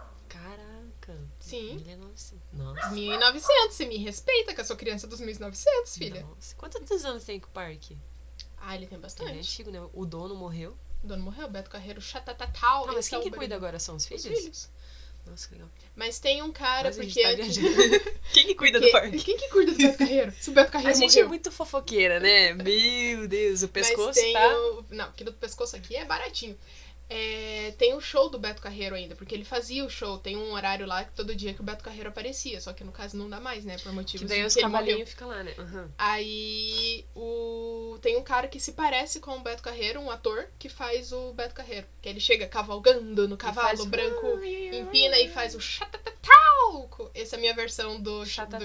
[SPEAKER 2] Caraca.
[SPEAKER 1] Sim.
[SPEAKER 2] 1900. Nossa.
[SPEAKER 1] 1900. Você me respeita que eu sou criança dos 1900, filha.
[SPEAKER 2] Nossa. Quantos anos tem com o parque?
[SPEAKER 1] Ah, ele tem bastante.
[SPEAKER 2] Ele é antigo, né? O dono morreu.
[SPEAKER 1] O dono morreu, Beto Carreiro, chatatatau.
[SPEAKER 2] Mas quem que cuida agora? São os filhos?
[SPEAKER 1] Os filhos.
[SPEAKER 2] Nossa, que legal.
[SPEAKER 1] Mas tem um cara,
[SPEAKER 2] Mas
[SPEAKER 1] porque...
[SPEAKER 2] Quem que cuida do parque?
[SPEAKER 1] Quem que cuida do Beto Carreiro? Se o Beto Carreiro
[SPEAKER 2] A gente
[SPEAKER 1] morreu.
[SPEAKER 2] é muito fofoqueira, né? Meu Deus, o pescoço
[SPEAKER 1] Mas tem
[SPEAKER 2] tá...
[SPEAKER 1] Não, aquilo do pescoço aqui é baratinho. Tem o show do Beto Carreiro ainda, porque ele fazia o show. Tem um horário lá que todo dia que o Beto Carreiro aparecia. Só que no caso não dá mais, né? Por motivos
[SPEAKER 2] que daí os cavalinhos ficam lá, né? Uhum.
[SPEAKER 1] Aí tem um cara que se parece com o Beto Carreiro, um ator, que faz o Beto Carreiro. Que ele chega cavalgando no cavalo branco, empina e faz o chatatatau. Essa é a minha versão do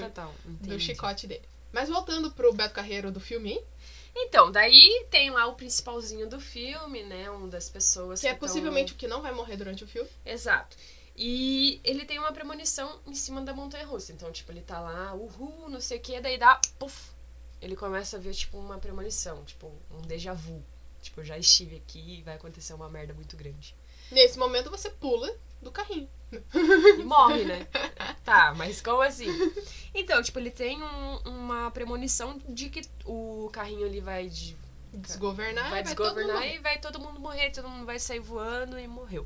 [SPEAKER 1] chicote dele. Mas voltando pro Beto Carreiro do filme, hein?
[SPEAKER 2] Então, daí tem lá o principalzinho do filme, né? Uma das pessoas
[SPEAKER 1] que é possivelmente o que não vai morrer durante o filme.
[SPEAKER 2] Exato. E ele tem uma premonição em cima da montanha-russa. Então, tipo, ele tá lá, não sei o que, daí dá, puf, ele começa a ver, tipo, uma premonição, tipo, um déjà vu. Tipo, eu já estive aqui e vai acontecer uma merda muito grande.
[SPEAKER 1] Nesse momento, você pula do carrinho.
[SPEAKER 2] E morre, né? Tá, mas como assim? Então, tipo, ele tem uma premonição de que o carrinho ali vai
[SPEAKER 1] desgovernar
[SPEAKER 2] e vai todo mundo morrer, todo mundo vai sair voando e morreu.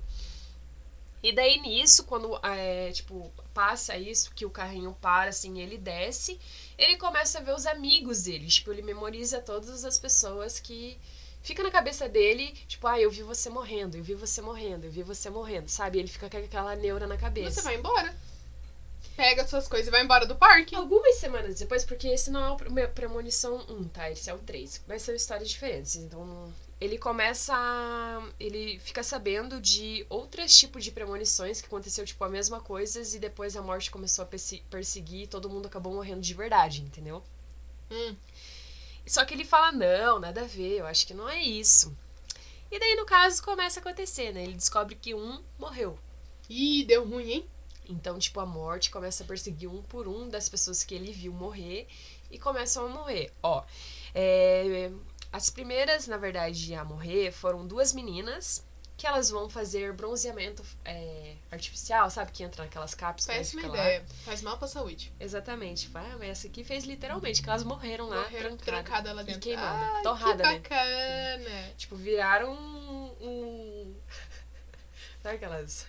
[SPEAKER 2] E daí nisso, quando tipo, passa isso, que o carrinho para, assim, ele desce, ele começa a ver os amigos dele. Tipo, ele memoriza todas as pessoas que... Fica na cabeça dele, tipo, eu vi você morrendo, eu vi você morrendo, eu vi você morrendo, sabe? Ele fica com aquela neura na cabeça.
[SPEAKER 1] Você vai embora. Pega suas coisas e vai embora do parque.
[SPEAKER 2] Algumas semanas depois, porque esse não é o Premonição 1, tá? Esse é o 3. Vai ser histórias diferentes. Então, ele ele fica sabendo de outros tipos de premonições que aconteceu, tipo, a mesma coisa, e depois a morte começou a perseguir e todo mundo acabou morrendo de verdade, entendeu? Só que ele fala, não, nada a ver, eu acho que não é isso. E daí, no caso, começa a acontecer, né? Ele descobre que um morreu.
[SPEAKER 1] Ih, deu ruim, hein?
[SPEAKER 2] Então, tipo, a morte começa a perseguir um por um das pessoas que ele viu morrer e começam a morrer. As primeiras, na verdade, a morrer foram 2 meninas que elas vão fazer bronzeamento artificial, sabe? Que entra naquelas cápsulas.
[SPEAKER 1] Péssima ideia. Faz mal pra saúde.
[SPEAKER 2] Exatamente. Mas essa aqui fez literalmente, que elas morreram lá,
[SPEAKER 1] trancada lá dentro.
[SPEAKER 2] E queimada,
[SPEAKER 1] ai,
[SPEAKER 2] torrada,
[SPEAKER 1] que bacana.
[SPEAKER 2] Né? Tipo, viraram um... Sabe aquelas...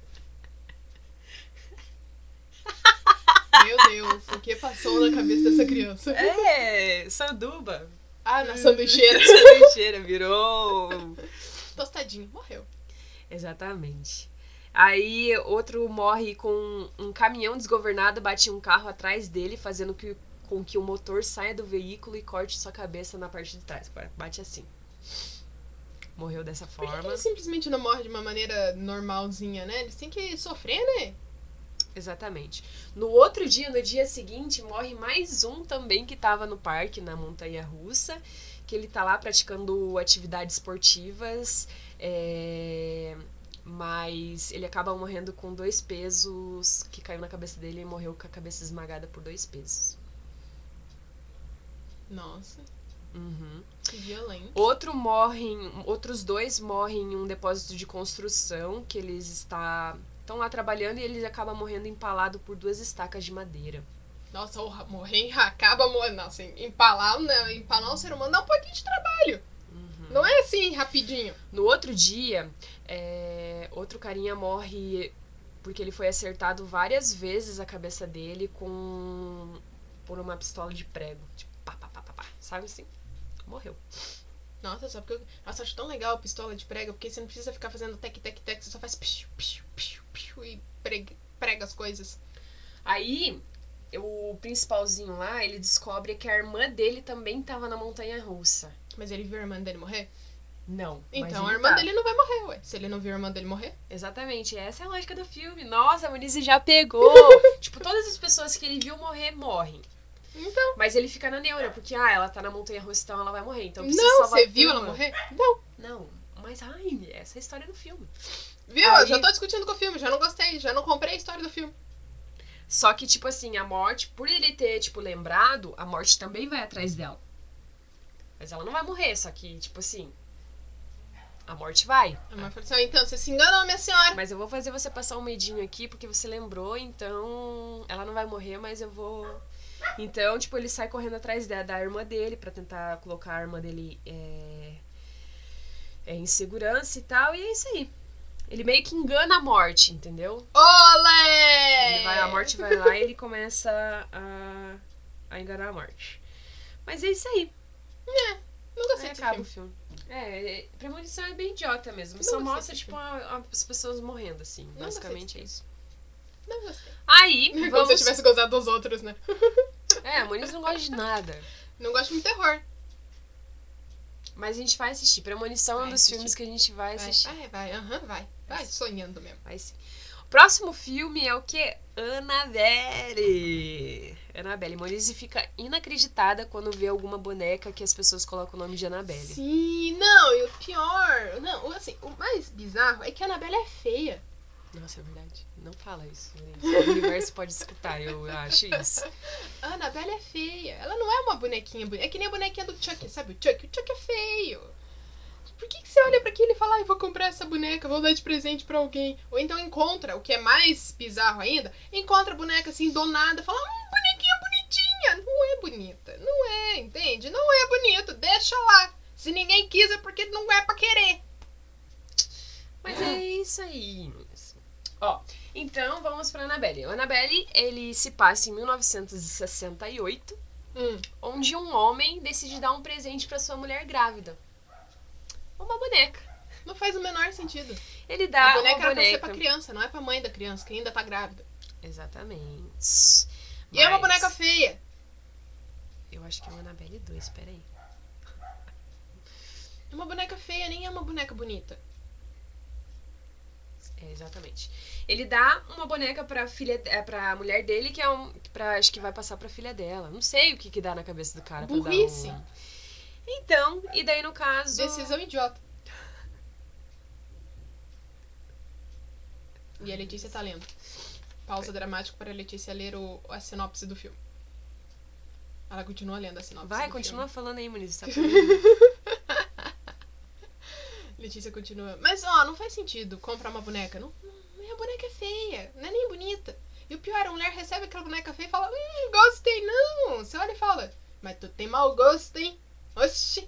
[SPEAKER 1] Meu Deus, o que passou na cabeça dessa criança?
[SPEAKER 2] Sanduba.
[SPEAKER 1] Na sanduicheira.
[SPEAKER 2] Sanduicheira virou...
[SPEAKER 1] Tostadinho, morreu.
[SPEAKER 2] Exatamente. Aí outro morre com um caminhão desgovernado, bate um carro atrás dele, fazendo com que o motor saia do veículo e corte sua cabeça na parte de trás. Bate assim. Morreu dessa forma.
[SPEAKER 1] Por que ele simplesmente não morre de uma maneira normalzinha, né? Eles têm que sofrer, né?
[SPEAKER 2] Exatamente. No outro dia, no dia seguinte, morre mais um também que tava no parque, na montanha-russa, que ele tá lá praticando atividades esportivas, mas ele acaba morrendo com 2 pesos que caiu na cabeça dele e morreu com a cabeça esmagada por 2 pesos.
[SPEAKER 1] Nossa.
[SPEAKER 2] Uhum.
[SPEAKER 1] Que violento.
[SPEAKER 2] Outros 2 morrem em um depósito de construção, que eles estão lá trabalhando e eles acabam morrendo empalado por 2 estacas de madeira.
[SPEAKER 1] Nossa, acaba morrendo. Nossa, empalar um ser humano dá um pouquinho de trabalho. Uhum. Não é assim, rapidinho.
[SPEAKER 2] No outro dia, outro carinha morre porque ele foi acertado várias vezes a cabeça dele por uma pistola de prego. Tipo, pá, pá, pá, pá, pá. Sabe assim? Morreu.
[SPEAKER 1] Nossa, só porque eu acho tão legal a pistola de prego, porque você não precisa ficar fazendo tec, tec, tec, você só faz piu, piu, piu, piu, e prega as coisas.
[SPEAKER 2] Aí, o principalzinho lá, ele descobre que a irmã dele também tava na montanha-russa.
[SPEAKER 1] Mas ele viu a irmã dele morrer?
[SPEAKER 2] Não.
[SPEAKER 1] Então a irmã dele não vai morrer, ué. Se ele não viu a irmã dele morrer.
[SPEAKER 2] Exatamente, essa é a lógica do filme. Nossa, a Monize já pegou. Tipo, todas as pessoas que ele viu morrer, morrem.
[SPEAKER 1] Então.
[SPEAKER 2] Mas ele fica na neura, porque ela tá na montanha-russa, então ela vai morrer. Então precisa
[SPEAKER 1] não,
[SPEAKER 2] salvar
[SPEAKER 1] você viu ela morrer?
[SPEAKER 2] Não, mas essa é a história do filme.
[SPEAKER 1] Viu? Eu já tô discutindo com o filme, já não gostei, já não comprei a história do filme.
[SPEAKER 2] Só que, tipo assim, a morte, por ele ter, tipo, lembrado, a morte também vai atrás dela. Mas ela não vai morrer, só que, tipo assim, a morte vai.
[SPEAKER 1] A morte falou assim, então, você se enganou, minha senhora.
[SPEAKER 2] Mas eu vou fazer você passar um medinho aqui, porque você lembrou, então ela não vai morrer, mas eu vou... Então, tipo, ele sai correndo atrás da irmã dele pra tentar colocar a irmã dele em segurança e tal, e é isso aí. Ele meio que engana a morte, entendeu?
[SPEAKER 1] Olé!
[SPEAKER 2] A morte vai lá e ele começa a enganar a morte. Mas é isso aí.
[SPEAKER 1] Não gostei
[SPEAKER 2] desse acaba filme. O filme. Premonição é bem idiota mesmo.
[SPEAKER 1] Não
[SPEAKER 2] só mostra, tipo, as pessoas morrendo, assim.
[SPEAKER 1] Não
[SPEAKER 2] basicamente é isso.
[SPEAKER 1] Não gostei.
[SPEAKER 2] Aí,
[SPEAKER 1] como se eu tivesse gostado dos outros, né?
[SPEAKER 2] A Moniz não gosta de nada.
[SPEAKER 1] Não gosto muito de terror.
[SPEAKER 2] Mas a gente vai assistir. Premonição é um dos filmes que a gente vai assistir.
[SPEAKER 1] Vai sonhando mesmo.
[SPEAKER 2] Vai sim. O próximo filme é o quê? Annabelle. Annabelle. Moniz fica inacreditada quando vê alguma boneca que as pessoas colocam o nome de Annabelle.
[SPEAKER 1] Sim, não, e o pior... Não, assim, o mais bizarro é que a Annabelle é feia.
[SPEAKER 2] Nossa, é verdade. Não fala isso. O universo pode escutar, eu acho isso.
[SPEAKER 1] A Annabelle é feia. Ela não é uma bonequinha bonita. É que nem a bonequinha do Chuck, sabe? O Chuck é feio. Por que você olha pra aquilo e fala, vou comprar essa boneca, vou dar de presente pra alguém? Ou então encontra, o que é mais bizarro ainda, encontra a boneca assim, do nada, fala, bonequinha bonitinha. Não é bonita. Não é, entende? Não é bonito. Deixa lá. Se ninguém quis é porque não é pra querer.
[SPEAKER 2] Mas é isso aí. Então vamos pra Annabelle. O Annabelle, ele se passa em 1968, onde um homem decide dar um presente pra sua mulher grávida. Uma boneca.
[SPEAKER 1] Não faz o menor sentido.
[SPEAKER 2] Ele dá
[SPEAKER 1] a boneca
[SPEAKER 2] uma boneca.
[SPEAKER 1] Era pra ser pra criança, não é pra mãe da criança, que ainda tá grávida.
[SPEAKER 2] Exatamente.
[SPEAKER 1] E é uma boneca feia.
[SPEAKER 2] Eu acho que é uma Annabelle 2, peraí.
[SPEAKER 1] É uma boneca feia, nem é uma boneca bonita.
[SPEAKER 2] Exatamente. Ele dá uma boneca pra mulher dele, que acho que vai passar pra filha dela. Não sei o que dá na cabeça do cara.
[SPEAKER 1] Burrice.
[SPEAKER 2] Pra dar Então, e daí no caso...
[SPEAKER 1] Decisão idiota. E a Letícia tá lendo. Pausa dramática para a Letícia ler a sinopse do filme. Ela continua lendo a sinopse
[SPEAKER 2] Vai,
[SPEAKER 1] do
[SPEAKER 2] continua
[SPEAKER 1] filme.
[SPEAKER 2] falando aí, Muniz. Tá
[SPEAKER 1] Letícia continua. Mas, ó, não faz sentido comprar uma boneca. Não, minha boneca é feia. Não é nem bonita. E o pior, a mulher recebe aquela boneca feia e fala, gostei não. Você olha e fala, mas tu tem mau gosto, hein? Oxi.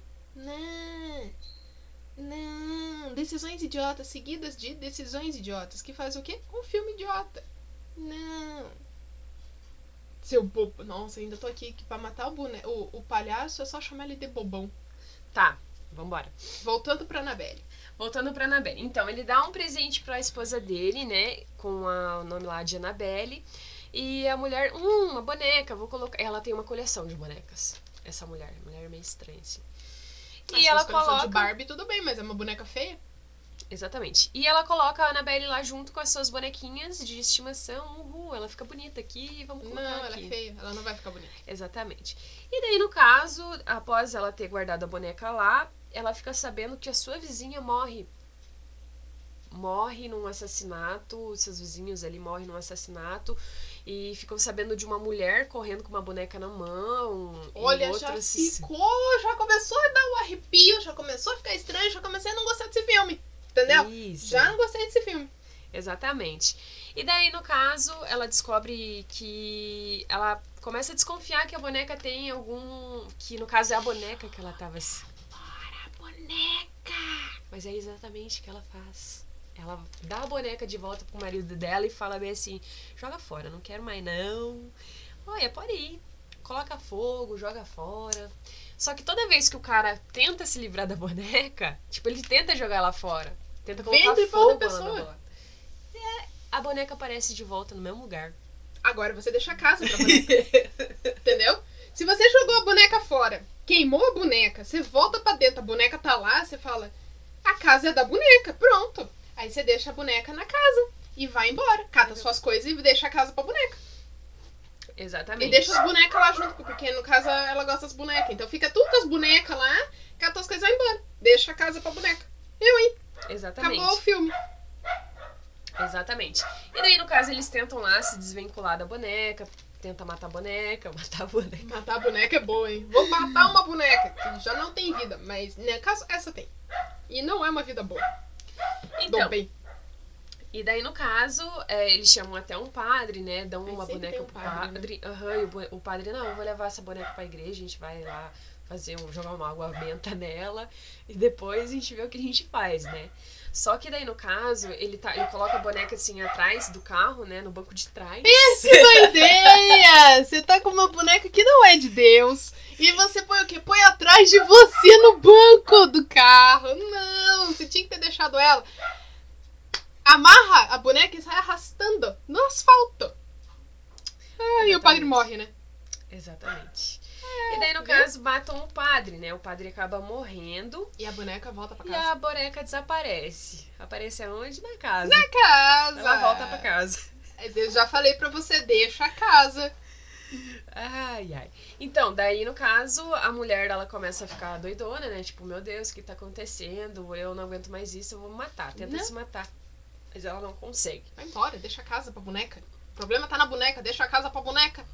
[SPEAKER 1] Não. Decisões idiotas seguidas de decisões idiotas. Que faz o quê? Um filme idiota. Não. Seu bobo. Nossa, ainda tô aqui que pra matar o palhaço é só chamar ele de bobão.
[SPEAKER 2] Tá, vambora.
[SPEAKER 1] Voltando pra Annabelle.
[SPEAKER 2] Então, ele dá um presente pra esposa dele, né? Com o nome lá de Annabelle. E a mulher, uma boneca, vou colocar... Ela tem uma coleção de bonecas. Essa mulher é meio estranha, assim.
[SPEAKER 1] E ela coloca... de Barbie, tudo bem, mas é uma boneca feia.
[SPEAKER 2] Exatamente. E ela coloca a Annabelle lá junto com as suas bonequinhas de estimação. Ela fica bonita aqui e vamos colocar aqui.
[SPEAKER 1] Não, ela é feia. Ela não vai ficar bonita.
[SPEAKER 2] Exatamente. E daí, no caso, após ela ter guardado a boneca lá, ela fica sabendo que a sua vizinha morre num assassinato, seus vizinhos ali morrem num assassinato e ficam sabendo de uma mulher correndo com uma boneca na mão.
[SPEAKER 1] Olha, já começou a dar um arrepio, já começou a ficar estranho, já comecei a não gostar desse filme, entendeu?
[SPEAKER 2] Isso.
[SPEAKER 1] Já não gostei desse filme.
[SPEAKER 2] Exatamente. E daí, no caso, ela descobre que ela começa a desconfiar que a boneca tem que no caso é a boneca que ela tava assim. Bora, boneca! Mas é exatamente o que ela faz. Ela dá a boneca de volta pro marido dela e fala bem assim, joga fora, não quero mais não. Olha, pode ir. Coloca fogo, joga fora. Só que toda vez que o cara tenta se livrar da boneca, tipo, ele tenta jogar ela fora. Tenta colocar fogo lá na boneca. A boneca aparece de volta no mesmo lugar.
[SPEAKER 1] Agora você deixa a casa pra boneca. Entendeu? Se você jogou a boneca fora, queimou a boneca, você volta pra dentro, a boneca tá lá, você fala, a casa é da boneca, pronto. Aí você deixa a boneca na casa e vai embora. Cata suas coisas e deixa a casa pra boneca.
[SPEAKER 2] Exatamente.
[SPEAKER 1] E deixa as bonecas lá junto, porque no caso ela gosta das bonecas. Então fica tudo com as bonecas lá, cata as coisas e vai embora. Deixa a casa pra boneca. hein?
[SPEAKER 2] Exatamente.
[SPEAKER 1] Acabou o filme.
[SPEAKER 2] Exatamente. E daí, no caso, eles tentam lá se desvincular da boneca, tenta matar a boneca.
[SPEAKER 1] Matar a boneca é boa, hein? Vou matar uma boneca que já não tem vida, mas no caso essa tem. E não é uma vida boa.
[SPEAKER 2] Então,
[SPEAKER 1] Dou bem.
[SPEAKER 2] E daí, no caso, eles chamam até um padre, né? Dão uma boneca pro
[SPEAKER 1] padre.
[SPEAKER 2] Né? E o padre, não, eu vou levar essa boneca pra igreja, a gente vai lá jogar uma água benta nela e depois a gente vê o que a gente faz, né? Só que daí, no caso, ele coloca a boneca assim atrás do carro, né? No banco de trás.
[SPEAKER 1] Péssima ideia! Você tá com uma boneca que não é de Deus. E você põe o quê? Põe atrás de você no banco do carro. Não, você tinha que ter deixado ela. Amarra a boneca e sai arrastando no asfalto. E o padre morre, né?
[SPEAKER 2] Exatamente. E daí, no caso, matam o padre, né? O padre acaba morrendo.
[SPEAKER 1] E a boneca volta pra casa.
[SPEAKER 2] E a boneca desaparece. Aparece aonde? Na casa.
[SPEAKER 1] Na casa!
[SPEAKER 2] Ela volta pra casa.
[SPEAKER 1] Eu já falei pra você, deixa a casa.
[SPEAKER 2] Ai. Então, daí, no caso, a mulher, ela começa a ficar doidona, né? Tipo, meu Deus, o que tá acontecendo? Eu não aguento mais isso, eu vou me matar. Tenta se matar. Mas ela não consegue.
[SPEAKER 1] Vai embora, deixa a casa pra boneca. O problema tá na boneca, deixa a casa pra boneca.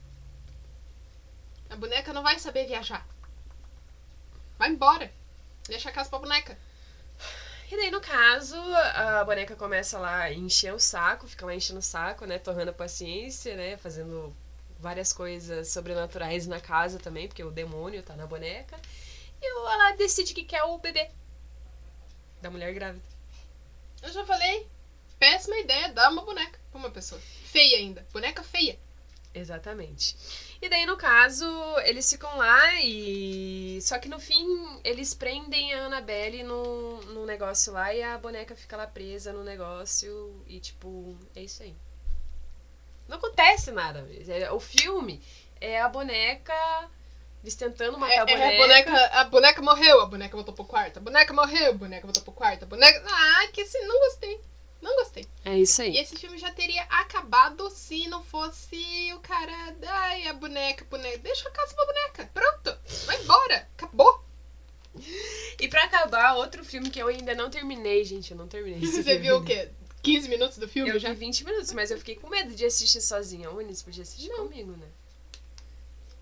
[SPEAKER 1] A boneca não vai saber viajar. Vai embora. Deixa a casa pra boneca.
[SPEAKER 2] E daí, no caso, a boneca começa lá a encher o saco, fica lá enchendo o saco, né? Torrando a paciência, né? Fazendo várias coisas sobrenaturais na casa também, porque o demônio tá na boneca. E ela decide que quer o bebê da mulher grávida.
[SPEAKER 1] Eu já falei. Péssima ideia dar uma boneca pra uma pessoa. Feia ainda. Boneca feia.
[SPEAKER 2] Exatamente. E daí, no caso, eles ficam lá e... Só que no fim, eles prendem a Annabelle no negócio lá e a boneca fica lá presa no negócio e, tipo, é isso aí. Não acontece nada. O filme é a boneca... Eles tentando matar a boneca.
[SPEAKER 1] A boneca morreu, a boneca voltou pro quarto. A boneca morreu, a boneca voltou pro quarto. A boneca... que assim, não gostei. Não gostei.
[SPEAKER 2] É isso aí.
[SPEAKER 1] E esse filme já teria acabado se não fosse o cara... Ai, a boneca. Deixa a casa pra boneca. Pronto. Vai embora. Acabou.
[SPEAKER 2] E pra acabar, outro filme que eu ainda não terminei, gente. Eu não terminei esse
[SPEAKER 1] Você
[SPEAKER 2] filme.
[SPEAKER 1] viu o quê? 15 minutos do filme?
[SPEAKER 2] Eu já 20 minutos, mas eu fiquei com medo de assistir sozinha. O Unis podia assistir comigo, né?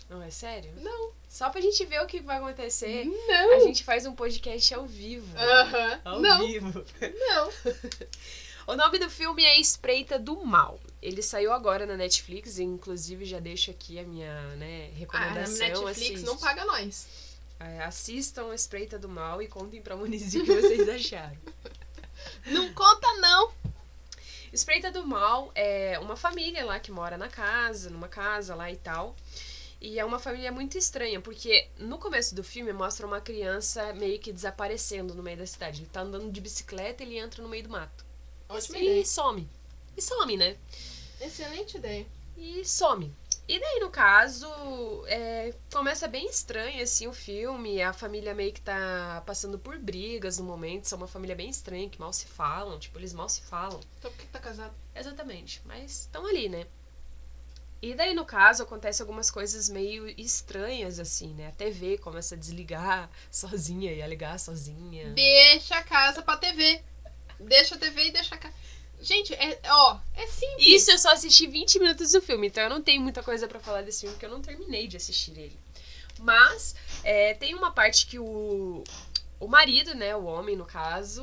[SPEAKER 2] Não, é sério?
[SPEAKER 1] Não.
[SPEAKER 2] Só pra gente ver o que vai acontecer.
[SPEAKER 1] Não.
[SPEAKER 2] A gente faz um podcast ao vivo. Ao vivo.
[SPEAKER 1] Não.
[SPEAKER 2] O nome do filme é Espreita do Mal. Ele saiu agora na Netflix, e inclusive já deixo aqui a minha, recomendação.
[SPEAKER 1] A Netflix não paga nós.
[SPEAKER 2] Assistam Espreita do Mal e contem pra Monizinha o que vocês acharam.
[SPEAKER 1] Não conta, não.
[SPEAKER 2] Espreita do Mal é uma família lá que mora numa casa lá e tal. E é uma família muito estranha, porque no começo do filme mostra uma criança meio que desaparecendo no meio da cidade. Ele tá andando de bicicleta e ele entra no meio do mato.
[SPEAKER 1] Ótima ideia.
[SPEAKER 2] E some. E some, né?
[SPEAKER 1] Excelente ideia.
[SPEAKER 2] E some. E daí, no caso, começa bem estranho, assim, o filme. A família meio que tá passando por brigas no momento. São uma família bem estranha, que mal se falam. Tipo, eles mal se falam.
[SPEAKER 1] Então por que tá casado?
[SPEAKER 2] Exatamente. Mas estão ali, né? E daí, no caso, acontece algumas coisas meio estranhas, assim, né? A TV começa a desligar sozinha e a ligar sozinha.
[SPEAKER 1] Deixa a casa pra TV. Deixa a TV e deixa a casa. Gente, é simples.
[SPEAKER 2] Isso eu só assisti 20 minutos do filme, então eu não tenho muita coisa pra falar desse filme, porque eu não terminei de assistir ele. Mas tem uma parte que o marido, né, o homem no caso...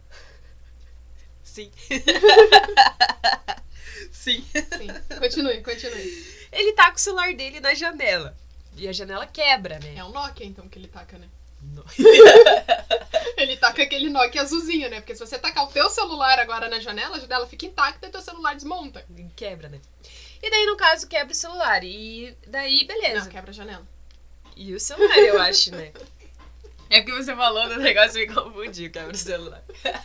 [SPEAKER 2] Sim. Sim.
[SPEAKER 1] Continue.
[SPEAKER 2] Ele tá com o celular dele na janela. E a janela quebra, né?
[SPEAKER 1] É um Nokia, então, que ele taca, né?
[SPEAKER 2] Não.
[SPEAKER 1] Ele taca aquele Nokia azulzinho, né? Porque se você tacar o teu celular agora na janela, a janela fica intacta e teu celular desmonta.
[SPEAKER 2] Quebra, né? E daí, no caso, quebra o celular. E daí, beleza.
[SPEAKER 1] Não, quebra a janela.
[SPEAKER 2] E o celular, eu acho, né? É porque você falou do negócio e me confundiu, quebra o celular.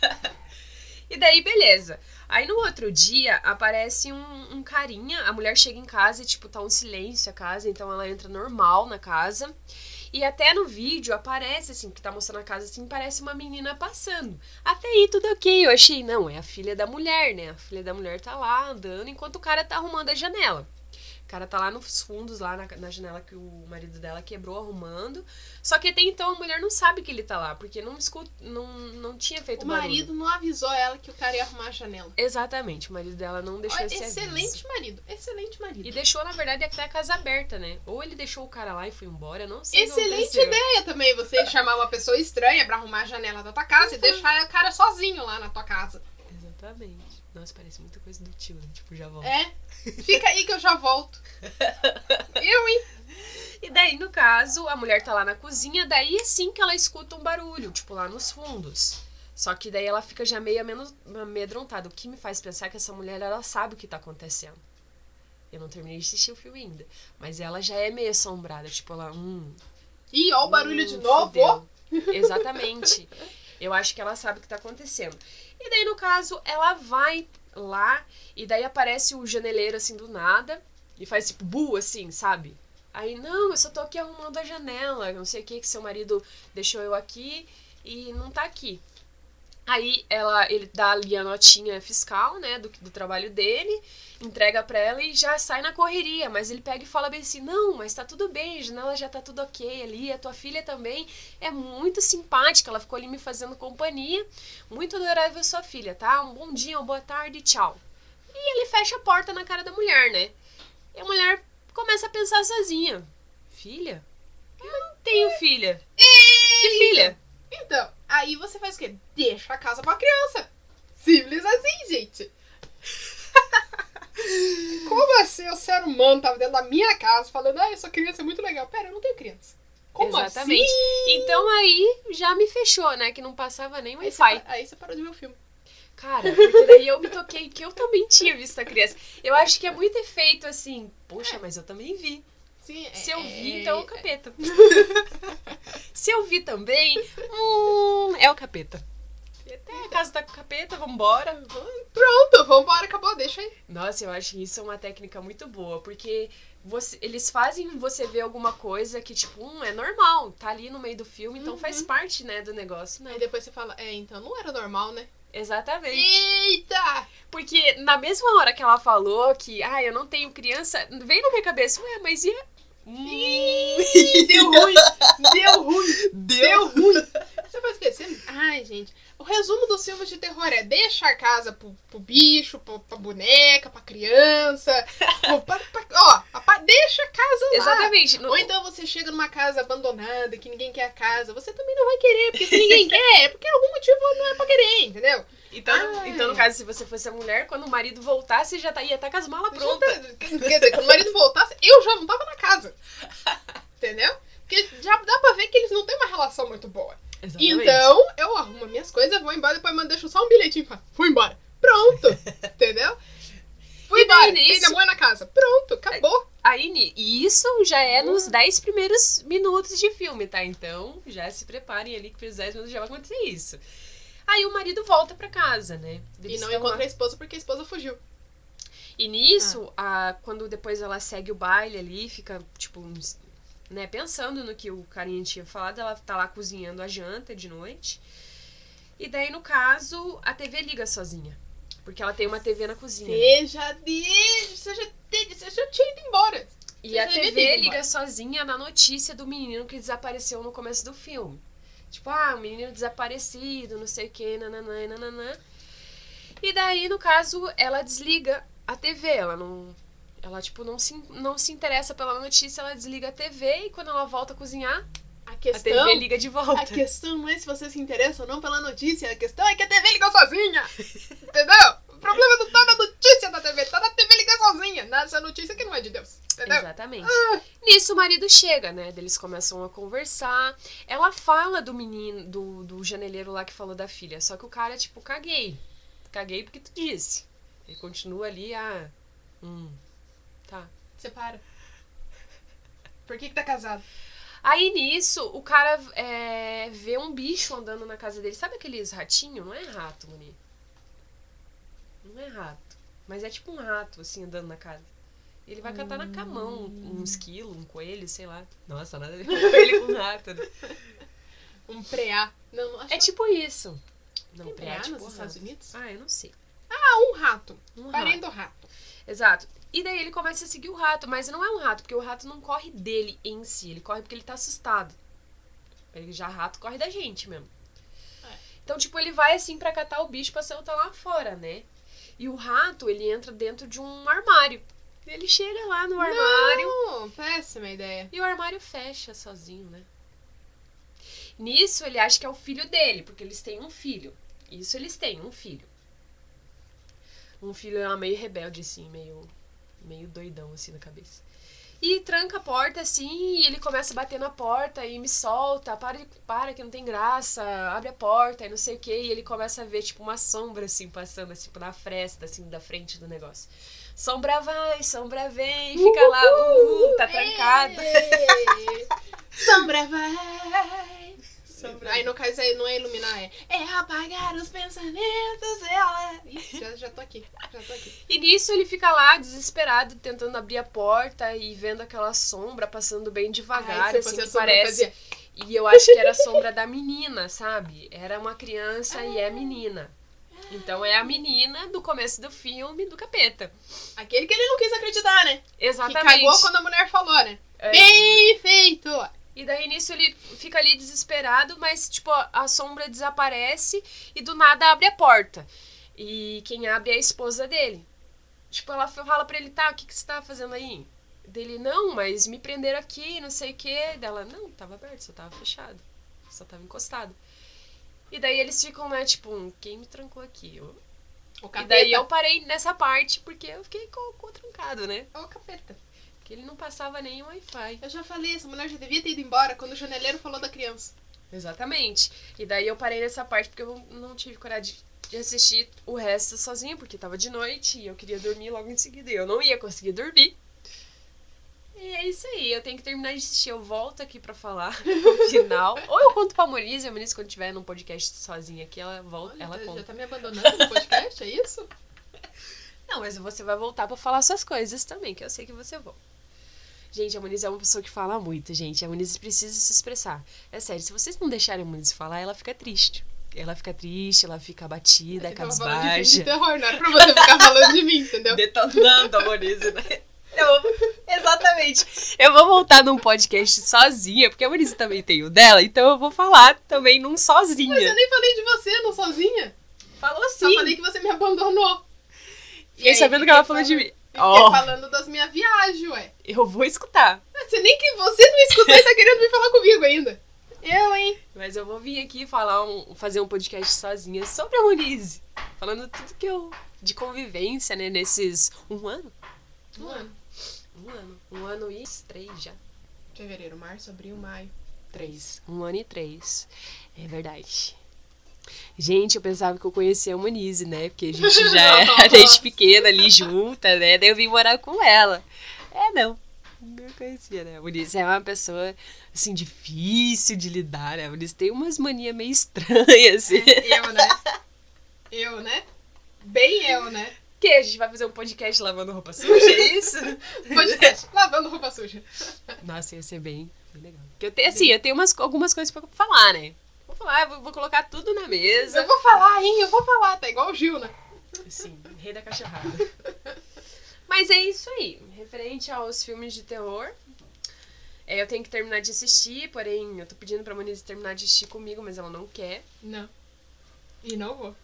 [SPEAKER 2] E daí, beleza. Aí, no outro dia, aparece um carinha. A mulher chega em casa e, tipo, tá um silêncio a casa. Então, ela entra normal na casa. E até no vídeo aparece, assim, que tá mostrando a casa, assim, parece uma menina passando. Até aí tudo ok, eu achei, não, é a filha da mulher, né? A filha da mulher tá lá andando enquanto o cara tá arrumando a janela. O cara tá lá nos fundos, lá na janela que o marido dela quebrou, arrumando. Só que até então a mulher não sabe que ele tá lá, porque não tinha feito barulho.
[SPEAKER 1] O marido não avisou ela que o cara ia arrumar a janela.
[SPEAKER 2] Exatamente, o marido dela não deixou esse aviso.
[SPEAKER 1] Excelente marido.
[SPEAKER 2] E deixou, na verdade, até a casa aberta, né? Ou ele deixou o cara lá e foi embora, eu não sei.
[SPEAKER 1] Excelente ideia também, você chamar uma pessoa estranha pra arrumar a janela da tua casa e deixar o cara sozinho lá na tua casa.
[SPEAKER 2] Exatamente. Nossa, parece muita coisa do tio, né? Tipo, já volto.
[SPEAKER 1] Fica aí que eu já volto. Hein?
[SPEAKER 2] E daí, no caso, a mulher tá lá na cozinha, daí é sim que ela escuta um barulho, tipo, lá nos fundos. Só que daí ela fica já meio amedrontada. O que me faz pensar que essa mulher, ela sabe o que tá acontecendo. Eu não terminei de assistir o filme ainda. Mas ela já é meio assombrada, tipo, ela...
[SPEAKER 1] Ih, ó o barulho de novo!
[SPEAKER 2] Fudeu. Exatamente. Eu acho que ela sabe o que tá acontecendo. E daí, no caso, ela vai lá e daí aparece o janeleiro, assim, do nada e faz, tipo, bu, assim, sabe? Aí, não, eu só tô aqui arrumando a janela, não sei o que seu marido deixou eu aqui e não tá aqui. Aí, ele dá ali a notinha fiscal, né, do trabalho dele, entrega pra ela e já sai na correria. Mas ele pega e fala bem assim, não, mas tá tudo bem, a janela já tá tudo ok ali, a tua filha também é muito simpática, ela ficou ali me fazendo companhia, muito adorável sua filha, tá? Um bom dia, uma boa tarde, tchau. E ele fecha a porta na cara da mulher, né? E a mulher começa a pensar sozinha, filha? Eu não tenho filha. Que filha?
[SPEAKER 1] Então, aí você faz o quê? Deixa a casa pra criança. Simples assim, gente. Como assim o ser humano tava dentro da minha casa falando, essa criança é muito legal. Pera, eu não tenho criança. Como
[SPEAKER 2] Exatamente.
[SPEAKER 1] Assim?
[SPEAKER 2] Então aí já me fechou, né? Que não passava nem Wi-Fi.
[SPEAKER 1] Aí você parou de ver o filme.
[SPEAKER 2] Cara, porque daí eu me toquei que eu também tinha visto a criança. Eu acho que é muito efeito assim, poxa, mas eu também vi.
[SPEAKER 1] Sim,
[SPEAKER 2] se eu vi, então é o capeta. Se eu vi também, é o capeta. A casa tá com o capeta, vambora.
[SPEAKER 1] Pronto, vambora, acabou, deixa aí.
[SPEAKER 2] Nossa, eu acho que isso é uma técnica muito boa, porque eles fazem você ver alguma coisa que, tipo, é normal, tá ali no meio do filme, então faz parte, né, do negócio, né?
[SPEAKER 1] Aí depois você fala, então não era normal, né?
[SPEAKER 2] Exatamente.
[SPEAKER 1] Eita!
[SPEAKER 2] Porque na mesma hora que ela falou que, eu não tenho criança, veio na minha cabeça, mas e...
[SPEAKER 1] Deu ruim! Você vai esquecendo? Ai, gente, o resumo dos filmes de terror é deixa a casa pro bicho, pra boneca, pra criança. Deixa a casa lá.
[SPEAKER 2] Exatamente.
[SPEAKER 1] Ou então você chega numa casa abandonada, que ninguém quer a casa. Você também não vai querer, porque se ninguém quer, é porque algum motivo não é pra querer, entendeu?
[SPEAKER 2] Então, no caso, se você fosse a mulher, quando o marido voltasse, já ia estar com as malas prontas.
[SPEAKER 1] Quer dizer, quando o marido voltasse, eu já não tava na casa. Entendeu? Porque já dá pra ver que eles não têm uma relação muito boa.
[SPEAKER 2] Exatamente.
[SPEAKER 1] Então, eu arrumo minhas coisas, vou embora, depois deixo só um bilhetinho e falo, fui embora. Pronto. Entendeu? Fui embora, ainda mãe na casa. Pronto, acabou.
[SPEAKER 2] E isso já é nos 10 primeiros minutos de filme, tá? Então, já se preparem ali que nos 10 minutos já vai acontecer isso. Aí o marido volta pra casa, né?
[SPEAKER 1] E não encontra a esposa porque a esposa fugiu.
[SPEAKER 2] E nisso, quando depois ela segue o baile ali, fica, tipo, né, pensando no que o carinha tinha falado, ela tá lá cozinhando a janta de noite. E daí, no caso, a TV liga sozinha. Porque ela tem uma TV na cozinha.
[SPEAKER 1] Você já tinha ido embora.
[SPEAKER 2] E a TV liga sozinha na notícia do menino que desapareceu no começo do filme. Tipo, o menino desaparecido, não sei o que, nananã, nananã. E daí, no caso, ela desliga a TV. Ela tipo, não se interessa pela notícia, ela desliga a TV e quando ela volta a cozinhar, a TV liga de volta.
[SPEAKER 1] A questão não é se você se interessa ou não pela notícia, a questão é que a TV ligou sozinha. Entendeu? O problema não tá na notícia da TV, tá na TV ligar sozinha. Nessa notícia que não é de Deus. Entendeu?
[SPEAKER 2] Exatamente. Nisso o marido chega, né? Eles começam a conversar. Ela fala do menino, do janeleiro lá que falou da filha. Só que o cara, tipo, caguei. Caguei porque tu disse. Ele continua ali, tá.
[SPEAKER 1] Separa. Por que tá casado?
[SPEAKER 2] Aí nisso, o cara vê um bicho andando na casa dele. Sabe aqueles ratinhos? Não é rato, Moni. Não é rato. Mas é tipo um rato, assim, andando na casa. Ele vai catar na camão um esquilo, um coelho, sei lá. Nossa, nada a ver com ele com um rato. Né?
[SPEAKER 1] Um preá. Não,
[SPEAKER 2] é tipo isso.
[SPEAKER 1] Não, preá tipo nos Estados Unidos?
[SPEAKER 2] Eu não sei.
[SPEAKER 1] Um rato. Parente do rato.
[SPEAKER 2] Exato. E daí ele começa a seguir o rato, mas não é um rato, porque o rato não corre dele em si, ele corre porque ele tá assustado. Já rato corre da gente mesmo. Então, tipo, ele vai assim pra catar o bicho pra soltar lá fora, né? E o rato, ele entra dentro de um armário. Ele chega lá no armário.
[SPEAKER 1] Não, péssima ideia.
[SPEAKER 2] E o armário fecha sozinho, né? Nisso, ele acha que é o filho dele, porque eles têm um filho. Isso eles têm, um filho. Um filho meio rebelde, assim, meio doidão, assim, na cabeça. E tranca a porta, assim, e ele começa a bater na porta e me solta, para que não tem graça, abre a porta e não sei o que, e ele começa a ver, tipo, uma sombra, assim, passando, assim, na fresta, assim, da frente do negócio. Sombra vai, sombra vem, fica lá, tá trancado.
[SPEAKER 1] Sombra vai. Aí no caso aí não é iluminar, é apagar os pensamentos dela. Ih, já tô aqui.
[SPEAKER 2] E nisso ele fica lá desesperado, tentando abrir a porta e vendo aquela sombra passando bem devagar, assim que parece. E eu acho que era a sombra da menina, sabe? Era uma criança e é menina. Então é a menina do começo do filme do capeta.
[SPEAKER 1] Aquele que ele não quis acreditar, né?
[SPEAKER 2] Exatamente.
[SPEAKER 1] Que cagou quando a mulher falou, né? Bem feito!
[SPEAKER 2] E daí, nisso, ele fica ali desesperado, mas, tipo, a sombra desaparece e do nada abre a porta. E quem abre é a esposa dele. Tipo, ela fala pra ele, o que você tá fazendo aí? Dele, não, mas me prenderam aqui, não sei o quê. Dela, não, tava aberto, só tava fechado. Só tava encostado. E daí eles ficam, né, tipo, quem me trancou aqui? E daí eu parei nessa parte, porque eu fiquei com o trancado, né?
[SPEAKER 1] Ô, capeta.
[SPEAKER 2] Que ele não passava nem o Wi-Fi.
[SPEAKER 1] Eu já falei, essa mulher já devia ter ido embora quando o janeleiro falou da criança.
[SPEAKER 2] Exatamente. E daí eu parei nessa parte porque eu não tive coragem de assistir o resto sozinha, porque tava de noite e eu queria dormir logo em seguida. E eu não ia conseguir dormir. E é isso aí, eu tenho que terminar de assistir. Eu volto aqui pra falar no final. Ou eu conto pra Moniz, e a Moniz, quando estiver num podcast sozinha aqui, ela volta.
[SPEAKER 1] Olha,
[SPEAKER 2] ela conta.
[SPEAKER 1] Já tá me abandonando no podcast, é isso?
[SPEAKER 2] Não, mas você vai voltar pra falar suas coisas também, que eu sei que você volta. Gente, a Moniz é uma pessoa que fala muito, gente. A Moniz precisa se expressar. É sério, se vocês não deixarem a Moniz falar, ela fica triste. Ela fica triste, ela fica abatida, cabisbaixa.
[SPEAKER 1] De terror, não era pra você ficar falando de mim, entendeu?
[SPEAKER 2] Detonando a Moniz, né? Exatamente. Eu vou voltar num podcast sozinha, porque a Monize também tem o dela, então eu vou falar também num sozinha.
[SPEAKER 1] Mas eu nem falei de você, não sozinha.
[SPEAKER 2] Falou sim.
[SPEAKER 1] Só falei que você me abandonou.
[SPEAKER 2] Fiquei sabendo que ela falou de mim.
[SPEAKER 1] Fiquei falando das minhas viagens, ué.
[SPEAKER 2] Eu vou escutar.
[SPEAKER 1] Você nem que você não escutou e tá querendo vir falar comigo ainda. Eu, hein?
[SPEAKER 2] Mas eu vou vir aqui fazer um podcast sozinha sobre a Monize. Falando tudo que eu... de convivência, né? Nesses... Um ano? Um ano e 3 já.
[SPEAKER 1] Fevereiro, março, abril, maio.
[SPEAKER 2] 3. 1 ano e 3. É verdade. Gente, eu pensava que eu conhecia a Monize, né? Porque a gente já era desde pequena ali junta, né? Daí eu vim morar com ela. Não conhecia, né? A Monize é uma pessoa, assim, difícil de lidar, né? A Monize tem umas manias meio estranhas, assim.
[SPEAKER 1] Eu, né? Bem eu, né?
[SPEAKER 2] Que a gente vai fazer um podcast lavando roupa suja, é isso?
[SPEAKER 1] Podcast lavando roupa suja.
[SPEAKER 2] Nossa, ia ser bem legal. Porque eu tenho algumas coisas pra falar, né? Vou colocar tudo na mesa.
[SPEAKER 1] Eu vou falar, tá igual o Gil, né?
[SPEAKER 2] Sim, rei da cachorrada. Mas é isso aí, referente aos filmes de terror. Eu tenho que terminar de assistir, porém eu tô pedindo pra Monize terminar de assistir comigo, mas ela não quer.
[SPEAKER 1] Não. E não vou.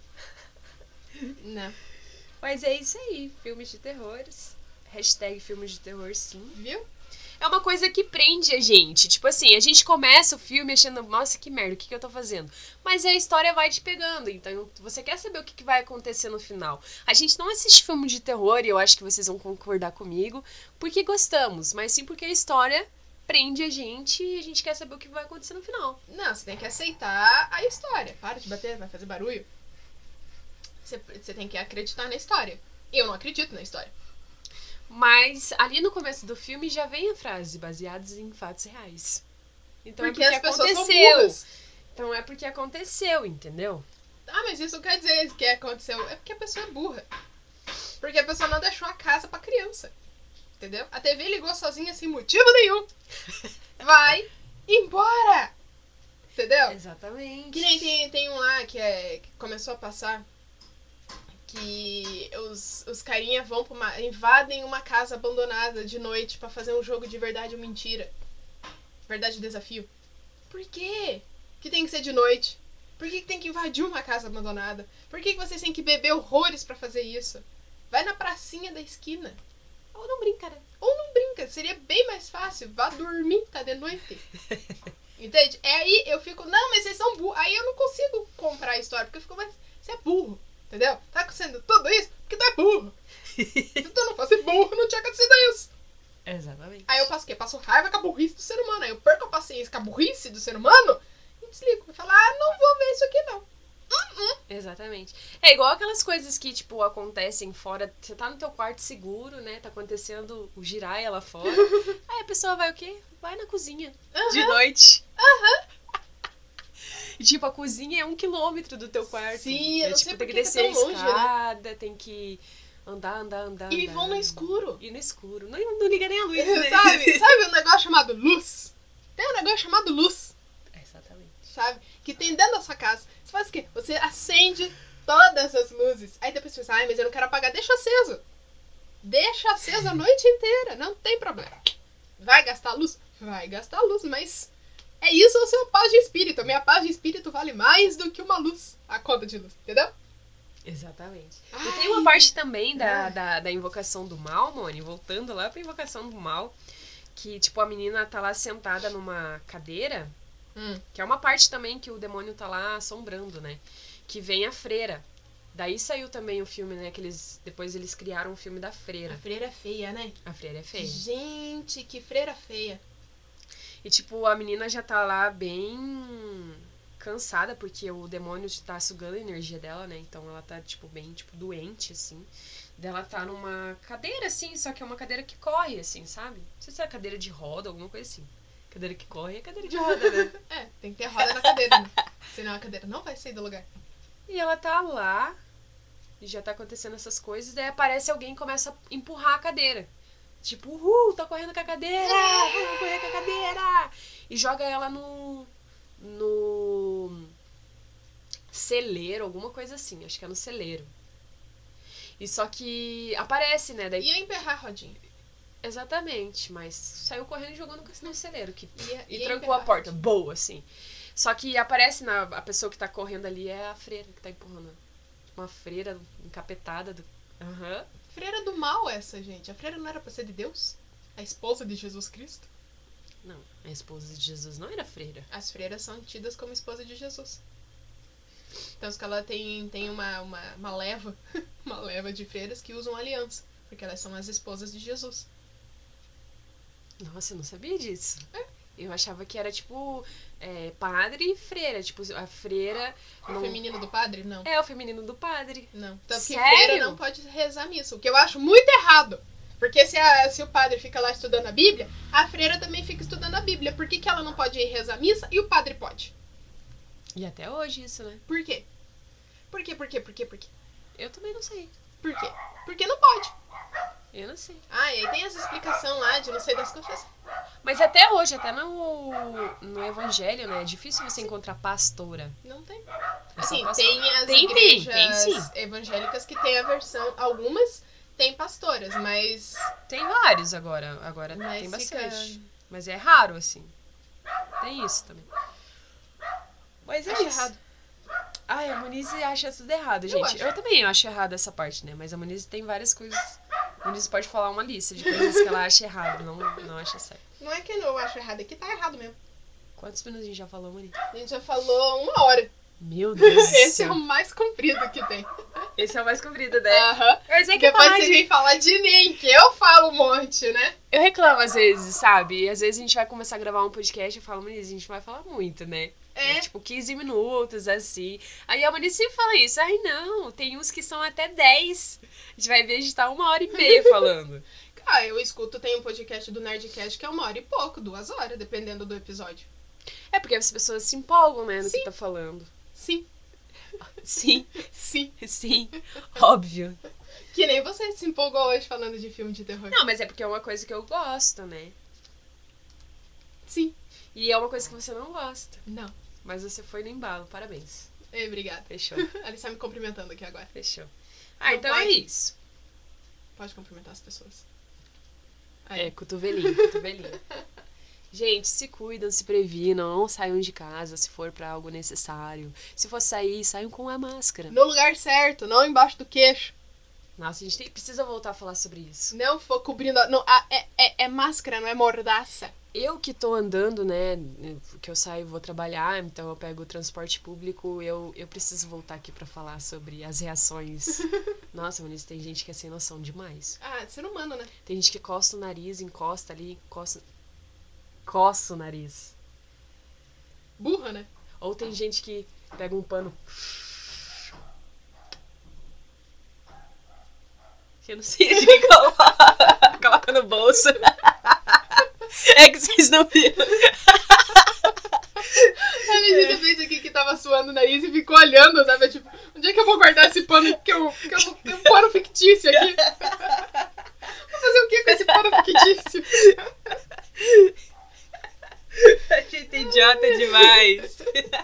[SPEAKER 1] Não.
[SPEAKER 2] Mas é isso aí, filmes de terrores. Hashtag filmes de terror, sim.
[SPEAKER 1] Viu?
[SPEAKER 2] É uma coisa que prende a gente. Tipo assim, a gente começa o filme achando, nossa, que merda, o que eu tô fazendo? Mas a história vai te pegando, então você quer saber o que vai acontecer no final. A gente não assiste filme de terror, e eu acho que vocês vão concordar comigo, porque gostamos, mas sim porque a história prende a gente e a gente quer saber o que vai acontecer no final.
[SPEAKER 1] Não, você tem que aceitar a história. Para de bater, vai fazer barulho. Você tem que acreditar na história. Eu não acredito na história.
[SPEAKER 2] Mas ali no começo do filme já vem a frase, baseados em fatos reais. Então
[SPEAKER 1] porque
[SPEAKER 2] é porque
[SPEAKER 1] as pessoas
[SPEAKER 2] aconteceu.
[SPEAKER 1] São burras.
[SPEAKER 2] Então é porque aconteceu, entendeu?
[SPEAKER 1] Ah, mas isso quer dizer que aconteceu. É porque a pessoa é burra. Porque a pessoa não deixou a casa pra criança. Entendeu? A TV ligou sozinha sem motivo nenhum. Vai embora! Entendeu?
[SPEAKER 2] Exatamente.
[SPEAKER 1] Que nem tem um lá que começou a passar. Que os carinha vão invadem uma casa abandonada de noite pra fazer um jogo de verdade ou mentira. Verdade ou desafio. Por quê que tem que ser de noite? Por que tem que invadir uma casa abandonada? Por que vocês têm que beber horrores pra fazer isso? Vai na pracinha da esquina.
[SPEAKER 2] Ou não brinca, né?
[SPEAKER 1] Ou não brinca. Seria bem mais fácil. Vá dormir, tá de noite. Entende? Aí eu fico, não, mas vocês são burros. Aí eu não consigo comprar a história, porque eu fico, mas você é burro. Entendeu? Tá acontecendo tudo isso porque tu é burro. Se tu não fosse burro, não tinha acontecido isso.
[SPEAKER 2] Exatamente.
[SPEAKER 1] Aí eu passo o quê? Passo raiva com a burrice do ser humano. Aí eu perco a paciência com a burrice do ser humano e desligo. Eu falo, não vou ver isso aqui não.
[SPEAKER 2] Exatamente. É igual aquelas coisas que, tipo, acontecem fora. Você tá no teu quarto seguro, né? Tá acontecendo o giraia lá fora. Aí a pessoa vai o quê? Vai na cozinha. De noite. E, tipo, a cozinha é 1 quilômetro do teu quarto.
[SPEAKER 1] Sim, eu não sei
[SPEAKER 2] tem que
[SPEAKER 1] porque
[SPEAKER 2] descer
[SPEAKER 1] é tão
[SPEAKER 2] a
[SPEAKER 1] longe,
[SPEAKER 2] escada,
[SPEAKER 1] né?
[SPEAKER 2] tem que andar.
[SPEAKER 1] E vão no escuro.
[SPEAKER 2] E no escuro. Não liga nem a luz, né?
[SPEAKER 1] Sabe um negócio chamado luz? Tem um negócio chamado luz.
[SPEAKER 2] Exatamente.
[SPEAKER 1] Sabe? Que tem dentro da sua casa. Você faz o quê? Você acende todas as luzes. Aí depois você pensa, mas eu não quero apagar. Deixa aceso. Deixa aceso a noite inteira. Não tem problema. Vai gastar luz? Vai gastar luz, mas... É isso ou seu paz de espírito. A minha paz de espírito vale mais do que uma luz. A conta de luz, entendeu?
[SPEAKER 2] Exatamente. E tem uma parte também da invocação do mal, Moni, voltando lá pra invocação do mal, que, tipo, a menina tá lá sentada numa cadeira, que é uma parte também que o demônio tá lá assombrando, né? Que vem a freira. Daí saiu também o filme, né? Que depois eles criaram o filme da freira.
[SPEAKER 1] A freira é feia, né?
[SPEAKER 2] A freira é feia.
[SPEAKER 1] Gente, que freira feia.
[SPEAKER 2] E, tipo, a menina já tá lá bem cansada, porque o demônio tá sugando a energia dela, né? Então ela tá, tipo, bem, tipo, doente, assim. Dela tá numa cadeira, assim, só que é uma cadeira que corre, assim, sabe? Não sei se é cadeira de roda, alguma coisa assim. Cadeira que corre é cadeira de roda, né?
[SPEAKER 1] Tem que ter roda na cadeira, né? Senão a cadeira não vai sair do lugar.
[SPEAKER 2] E ela tá lá, e já tá acontecendo essas coisas, daí aparece alguém e começa a empurrar a cadeira. Tipo, tá correndo com a cadeira! Vou correr com a cadeira! E joga ela no celeiro, alguma coisa assim. Acho que é no celeiro. E só que aparece, né? Daí...
[SPEAKER 1] Ia emperrar a rodinha.
[SPEAKER 2] Exatamente, mas saiu correndo e jogou no celeiro e
[SPEAKER 1] é
[SPEAKER 2] trancou a porta. Boa, assim. Só que aparece a pessoa que tá correndo ali é a freira que tá empurrando. Uma freira encapetada. Uhum.
[SPEAKER 1] Freira do mal essa, gente. A freira não era pra ser de Deus? A esposa de Jesus Cristo?
[SPEAKER 2] Não, a esposa de Jesus não era freira.
[SPEAKER 1] As freiras são tidas como esposa de Jesus. Então, que ela tem uma leva, uma leva de freiras que usam aliança, porque elas são as esposas de Jesus.
[SPEAKER 2] Nossa, eu não sabia disso. Eu achava que era, tipo, padre e freira. Tipo, a freira...
[SPEAKER 1] O feminino do padre? Não.
[SPEAKER 2] É, o feminino do padre.
[SPEAKER 1] Não. Tanto que
[SPEAKER 2] Sério?
[SPEAKER 1] freira não pode rezar missa, o que eu acho muito errado. Porque se o padre fica lá estudando a Bíblia, a freira também fica estudando a Bíblia. Por que ela não pode ir rezar missa e o padre pode?
[SPEAKER 2] E até hoje isso, né?
[SPEAKER 1] Por quê? Por quê?
[SPEAKER 2] Eu também não sei.
[SPEAKER 1] Por quê? Porque não pode.
[SPEAKER 2] Eu não sei.
[SPEAKER 1] Ah, e aí tem as explicações lá de não sei das coisas.
[SPEAKER 2] Mas até hoje, até no evangelho, né? É difícil você encontrar pastora.
[SPEAKER 1] Não tem.
[SPEAKER 2] Assim,
[SPEAKER 1] tem as igrejas evangélicas que tem a versão... Algumas tem pastoras, mas...
[SPEAKER 2] Tem vários agora. Agora
[SPEAKER 1] mas
[SPEAKER 2] tem bastante.
[SPEAKER 1] Fica...
[SPEAKER 2] Mas é raro, assim. Tem isso também. Mas é
[SPEAKER 1] Acho
[SPEAKER 2] isso.
[SPEAKER 1] errado.
[SPEAKER 2] Ai, a Monize acha tudo errado, gente. Eu também acho errado essa parte, né? Mas a Monize tem várias coisas... A Monize pode falar uma lista de coisas que ela acha errado, não acha certo.
[SPEAKER 1] Não é que eu acho errado, é que tá errado mesmo.
[SPEAKER 2] Quantos minutos a gente já falou, Monize?
[SPEAKER 1] A gente já falou 1 hora.
[SPEAKER 2] Meu Deus do céu.
[SPEAKER 1] Esse é o mais comprido que tem.
[SPEAKER 2] Esse é o mais comprido, né?
[SPEAKER 1] Aham. Depois você vem falar de mim, que eu falo um monte, né?
[SPEAKER 2] Eu reclamo às vezes, sabe? E às vezes a gente vai começar a gravar um podcast e eu falo, Monize, a gente vai falar muito, né? É tipo 15 minutos, assim. Aí a Monize sempre fala isso. Ai, não, tem uns que são até 10. A gente vai ver, a gente tá 1h30 falando.
[SPEAKER 1] Ah, eu escuto, tem um podcast do Nerdcast que é 1 hora e pouco, 2 horas, dependendo do episódio.
[SPEAKER 2] É porque as pessoas se empolgam, né, no
[SPEAKER 1] Sim.
[SPEAKER 2] que tá falando.
[SPEAKER 1] Sim.
[SPEAKER 2] Sim.
[SPEAKER 1] Sim.
[SPEAKER 2] Sim. Óbvio.
[SPEAKER 1] Que nem você se empolgou hoje falando de filme de terror.
[SPEAKER 2] Não, mas é porque é uma coisa que eu gosto, né?
[SPEAKER 1] Sim.
[SPEAKER 2] E é uma coisa que você não gosta.
[SPEAKER 1] Não.
[SPEAKER 2] Mas você foi no embalo, parabéns.
[SPEAKER 1] Ei, obrigada.
[SPEAKER 2] Fechou.
[SPEAKER 1] Ela está me cumprimentando aqui agora.
[SPEAKER 2] Fechou. Ah,
[SPEAKER 1] Não
[SPEAKER 2] então
[SPEAKER 1] pode.
[SPEAKER 2] é isso.
[SPEAKER 1] Pode cumprimentar as pessoas.
[SPEAKER 2] Aí. Cotovelinho. Gente, se cuidam, se previnam, não saiam de casa se for pra algo necessário. Se for sair, saiam com a máscara.
[SPEAKER 1] No lugar certo, não embaixo do queixo.
[SPEAKER 2] Nossa, a gente precisa voltar a falar sobre isso.
[SPEAKER 1] Não for cobrindo... Não, é máscara, não é mordaça.
[SPEAKER 2] Eu que tô andando, né, que eu saio e vou trabalhar, então eu pego o transporte público, eu preciso voltar aqui pra falar sobre as reações. Nossa, Moniz, tem gente que é sem noção demais.
[SPEAKER 1] Ah, ser humano, né?
[SPEAKER 2] Tem gente que coça o nariz, encosta ali, coça o nariz.
[SPEAKER 1] Burra, né?
[SPEAKER 2] Ou tem gente que pega um pano... Eu não sei de colocar. Coloca no bolso. É que vocês não viram.
[SPEAKER 1] A menina fez aqui que tava suando o nariz e ficou olhando, sabe? Tipo, onde é que eu vou guardar esse pano que eu tenho um pano fictício aqui? Vou fazer o que com esse pano fictício?
[SPEAKER 2] A gente é idiota demais.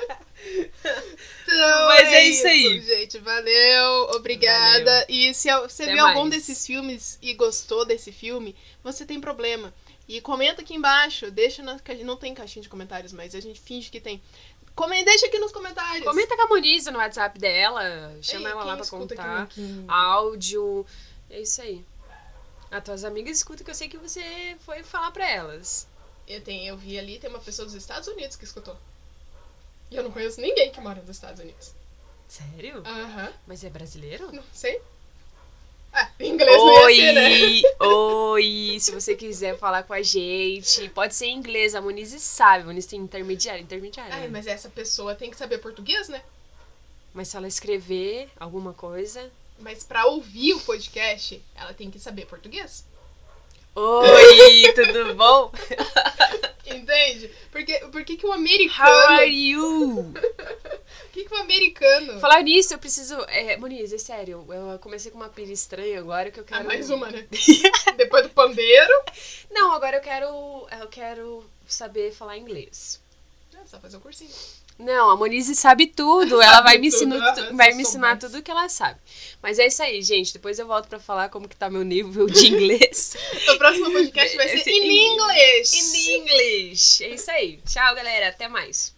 [SPEAKER 1] Então,
[SPEAKER 2] mas é isso aí.
[SPEAKER 1] Gente, valeu, obrigada. Valeu. E se você viu algum desses filmes e gostou desse filme, você tem problema. E comenta aqui embaixo, deixa não tem caixinha de comentários, mas a gente finge que tem. Deixa aqui nos comentários.
[SPEAKER 2] Comenta com a Monize no WhatsApp dela, chama ela lá pra contar. Áudio, é isso aí. As tuas amigas escutam, que eu sei que você foi falar pra elas.
[SPEAKER 1] Eu vi ali, tem uma pessoa dos Estados Unidos que escutou. E eu não conheço ninguém que mora nos Estados Unidos.
[SPEAKER 2] Sério?
[SPEAKER 1] Aham.
[SPEAKER 2] Mas é brasileiro?
[SPEAKER 1] Não sei. Ah, em inglês não ia ser, né?
[SPEAKER 2] Oi, se você quiser falar com a gente, pode ser em inglês, a Monize sabe, a Monize tem intermediário.
[SPEAKER 1] Ai, mas essa pessoa tem que saber português, né?
[SPEAKER 2] Mas se ela escrever alguma coisa...
[SPEAKER 1] Mas pra ouvir o podcast, ela tem que saber português.
[SPEAKER 2] Oi, tudo bom?
[SPEAKER 1] Entende? Por que o americano...
[SPEAKER 2] How are you?
[SPEAKER 1] Por que o americano...
[SPEAKER 2] Falar nisso, eu preciso... Moniz, é sério, eu comecei com uma pira estranha agora que eu quero...
[SPEAKER 1] Ah, mais uma, né? Depois do pandeiro.
[SPEAKER 2] Não, agora eu quero saber falar inglês.
[SPEAKER 1] só fazer o cursinho.
[SPEAKER 2] Não, a Monize sabe tudo. Ela vai me ensinar tudo que ela sabe. Mas é isso aí, gente. Depois eu volto pra falar como que tá meu nível de inglês.
[SPEAKER 1] O próximo podcast vai ser in English.
[SPEAKER 2] In English. É isso aí. Tchau, galera. Até mais.